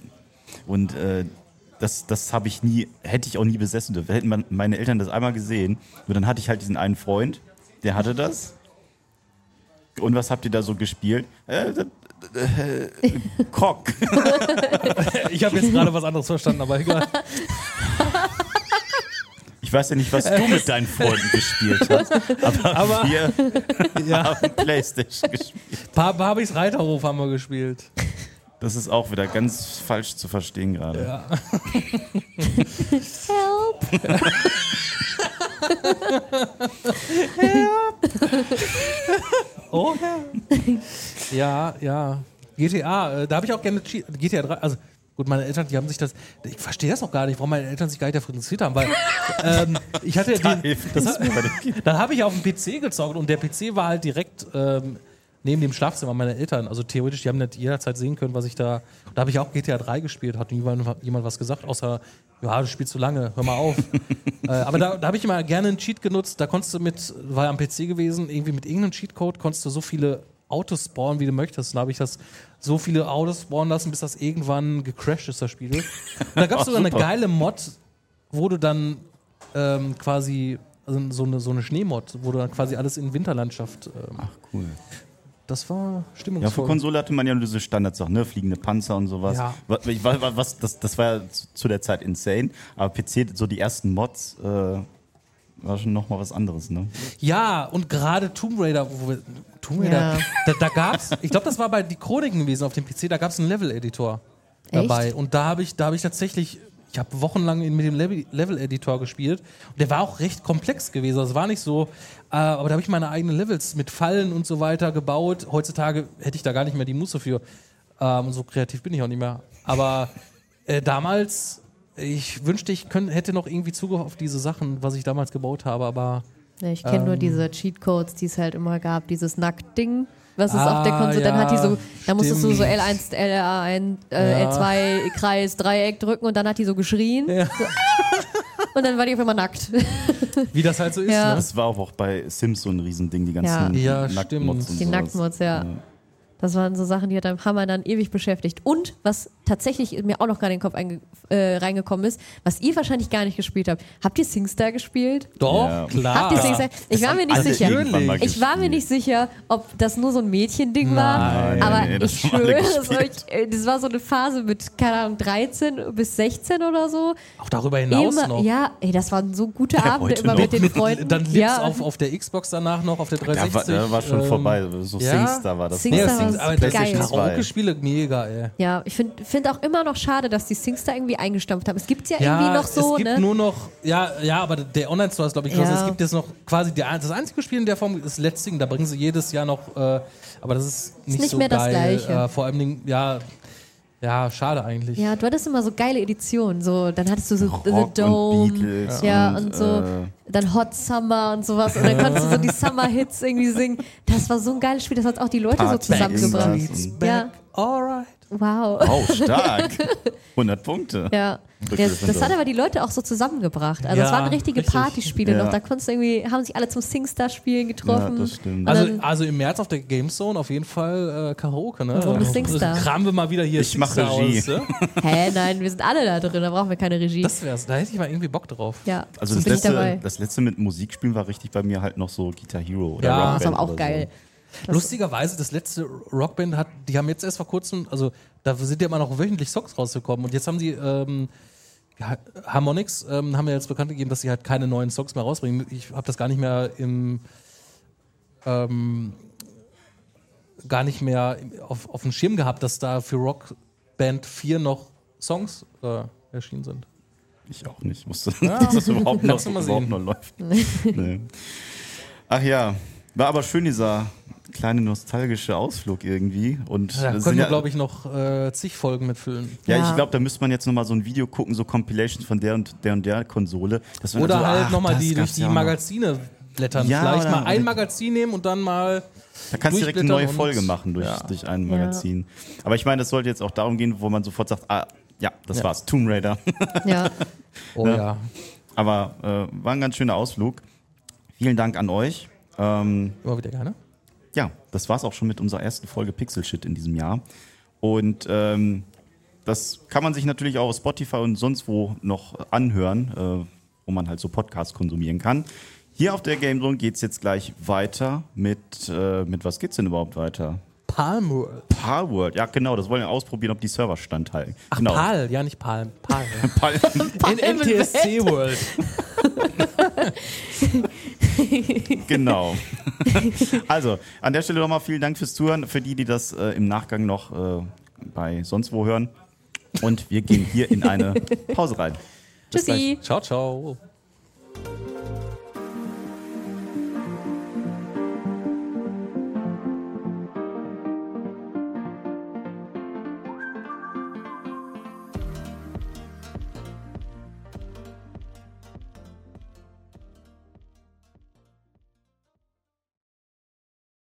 das habe ich hätte ich auch nie besessen dürfen. Hätten meine Eltern das einmal gesehen, und dann hatte ich halt diesen einen Freund, der hatte das. Und was habt ihr da so gespielt? Cock. Ich habe jetzt gerade was anderes verstanden, aber egal. Ich weiß ja nicht, was du mit deinen Freunden gespielt hast, aber wir haben Playstation gespielt. Barbies Reiterhof haben wir gespielt. Das ist auch wieder ganz falsch zu verstehen gerade. Ja. Help! Oh ja. Ja. GTA, da habe ich auch gerne GTA 3, also gut, meine Eltern, die haben sich das, ich verstehe das noch gar nicht, warum meine Eltern sich gar nicht dafür interessiert haben, weil ich hatte dann habe ich auf dem PC gezockt und der PC war halt direkt neben dem Schlafzimmer meiner Eltern, also theoretisch, die haben nicht jederzeit sehen können, was ich da habe ich auch GTA 3 gespielt, hat jemand was gesagt, außer, ja, du spielst zu lange, hör mal auf. Aber da habe ich immer gerne einen Cheat genutzt, da konntest du war ja am PC gewesen, irgendwie mit irgendeinem Cheatcode konntest du so viele Autos spawnen, wie du möchtest. Und da habe ich das so viele Autos spawnen lassen, bis das irgendwann gecrashed ist, das Spiel. Und da gab es sogar eine geile Mod, wo du dann quasi, also so eine Schneemod, wo du dann quasi alles in Winterlandschaft. Ach, cool. Das war stimmungsvoll. Ja, für Konsole hatte man ja nur diese Standardsachen, ne? Fliegende Panzer und sowas. Ja. Das war ja zu der Zeit insane. Aber PC, so die ersten Mods, war schon nochmal was anderes, ne? Ja, und gerade Tomb Raider, da gab's, ich glaube, das war bei die Chroniken gewesen auf dem PC, da gab es einen Level-Editor dabei. Echt? Und da habe ich tatsächlich, ich habe wochenlang mit dem Level-Editor gespielt. Und der war auch recht komplex gewesen. Das war nicht so, aber da habe ich meine eigenen Levels mit Fallen und so weiter gebaut. Heutzutage hätte ich da gar nicht mehr die Muße für. So kreativ bin ich auch nicht mehr. Aber damals, ich wünschte, ich hätte noch irgendwie Zugriff auf diese Sachen, was ich damals gebaut habe, aber Ja, ich kenne nur diese Cheatcodes, die es halt immer gab, dieses Nackt-Ding, was es auf der Konsole, dann hat die so, da musstest du so L1, LA1, L2, Kreis, Dreieck drücken und dann hat die so geschrien. Ja. So, und dann war die auf einmal nackt. Wie das halt so ist, Ja. ne? Das war auch bei Sims so ein Riesending, die ganzen Ja, Nacktmods stimmt. und Die sowas. Nacktmods, ja. Das waren so Sachen, die haben wir dann ewig beschäftigt. Und was tatsächlich mir auch noch gerade in den Kopf reingekommen ist, was ihr wahrscheinlich gar nicht gespielt habt ihr SingStar gespielt? Doch, Ja. klar. Habt ihr SingStar? Ich war mir nicht Alle sicher. irgendwann mal Ich war mir gespielt. nicht sicher, ob das nur so ein Mädchending war. Nein. Aber Nee, das ich haben alle schwöre es euch, gespielt. das war so eine Phase mit, keine Ahnung, 13 bis 16 oder so. Auch darüber hinaus Immer, noch. ja, ey, das waren so gute Ja, Abende heute immer noch. mit den Freunden. Dann Lips ja, auf der Xbox danach noch, auf der 360. Da war schon vorbei. So ja. SingStar war das. SingStar war aber geil. das Karaoke-Spiele, mega, ey. Ja, ich finde auch immer noch schade, dass die SingStar irgendwie eingestampft haben. Es gibt ja irgendwie noch so, es gibt ne? nur noch, ja, aber der Online-Store ist, glaube ich, geschlossen. Ja. Es gibt jetzt noch quasi das einzige Spiel in der Form ist Let's Sing, da bringen sie jedes Jahr noch, aber das ist nicht so mehr das geil. Gleiche. Vor allem, ja, schade eigentlich. Ja, du hattest immer so geile Editionen. So, dann hattest du so Rock The und Dome. Beatles Ja, und so. Dann Hot Summer und sowas. Und dann konntest du so die Summer-Hits irgendwie singen. Das war so ein geiles Spiel. Das hat auch die Leute Party so zusammengebracht. irgendwas. Ja, Alright. wow. Oh, stark. 100 Punkte. Ja. Das hat aber die Leute auch so zusammengebracht. Also es Ja, waren richtige richtig. Partyspiele Ja. noch. Da konntest du irgendwie, haben sich alle zum SingStar-Spielen getroffen. Ja, das stimmt. Und dann- Also im März auf der Gamezone auf jeden Fall Karaoke, ne? Warum ist SingStar? Kramen wir mal wieder hier Ich mach SingStar Regie. aus, ne? Hä, nein, wir sind alle da drin, da brauchen wir keine Regie. Das wär's, da hätte ich mal irgendwie Bock drauf. Ja, Also bin ich dabei. das letzte mit Musikspielen war richtig bei mir halt noch so Guitar Hero oder Ja, Rock Das ist Band aber auch oder geil. Lustigerweise, das letzte Rockband die haben jetzt erst vor kurzem, also da sind ja immer noch wöchentlich Songs rausgekommen und jetzt haben sie Harmonix haben ja jetzt bekannt gegeben, dass sie halt keine neuen Songs mehr rausbringen. Ich habe das gar nicht mehr auf dem Schirm gehabt, dass da für Rockband 4 noch Songs erschienen sind. Ich auch nicht. Wusste, Ja, dass das überhaupt kannst du mal sehen. noch läuft. Nee. Ach ja, war aber schön, dieser kleine nostalgische Ausflug irgendwie. Und Da das können sind wir, glaube ich, noch zig Folgen mitfüllen. Ja, Ja. ich glaube, da müsste man jetzt nochmal so ein Video gucken, so Compilations von der und der Konsole. Dass man Oder dann so, halt ach, nochmal das durch gab's die ja auch noch. Magazine blättern. Ja, Vielleicht oder- mal ein Magazin nehmen und dann mal Da kannst du direkt eine neue durchblättern Folge und- machen durch, Ja. durch ein Ja. Magazin. Aber ich meine, das sollte jetzt auch darum gehen, wo man sofort sagt, ja, das Ja. war's, Tomb Raider. Ja. Oh Ja. ja. Aber war ein ganz schöner Ausflug. Vielen Dank an euch. Immer wieder gerne. ja, das war's auch schon mit unserer ersten Folge Pixel Shit in diesem Jahr. Und das kann man sich natürlich auch auf Spotify und sonst wo noch anhören, wo man halt so Podcasts konsumieren kann. Hier auf der Game Zone geht's jetzt gleich weiter mit was geht's denn überhaupt weiter? Palworld. Palworld, ja genau, das wollen wir ausprobieren, ob die Server standhalten. Ach, genau. Pal, ja nicht Palm. Pal. Pal In NTSC World. Genau. Also, an der Stelle nochmal vielen Dank fürs Zuhören, für die das im Nachgang noch bei sonst wo hören. Und wir gehen hier in eine Pause rein. Tschüssi. Ciao, ciao.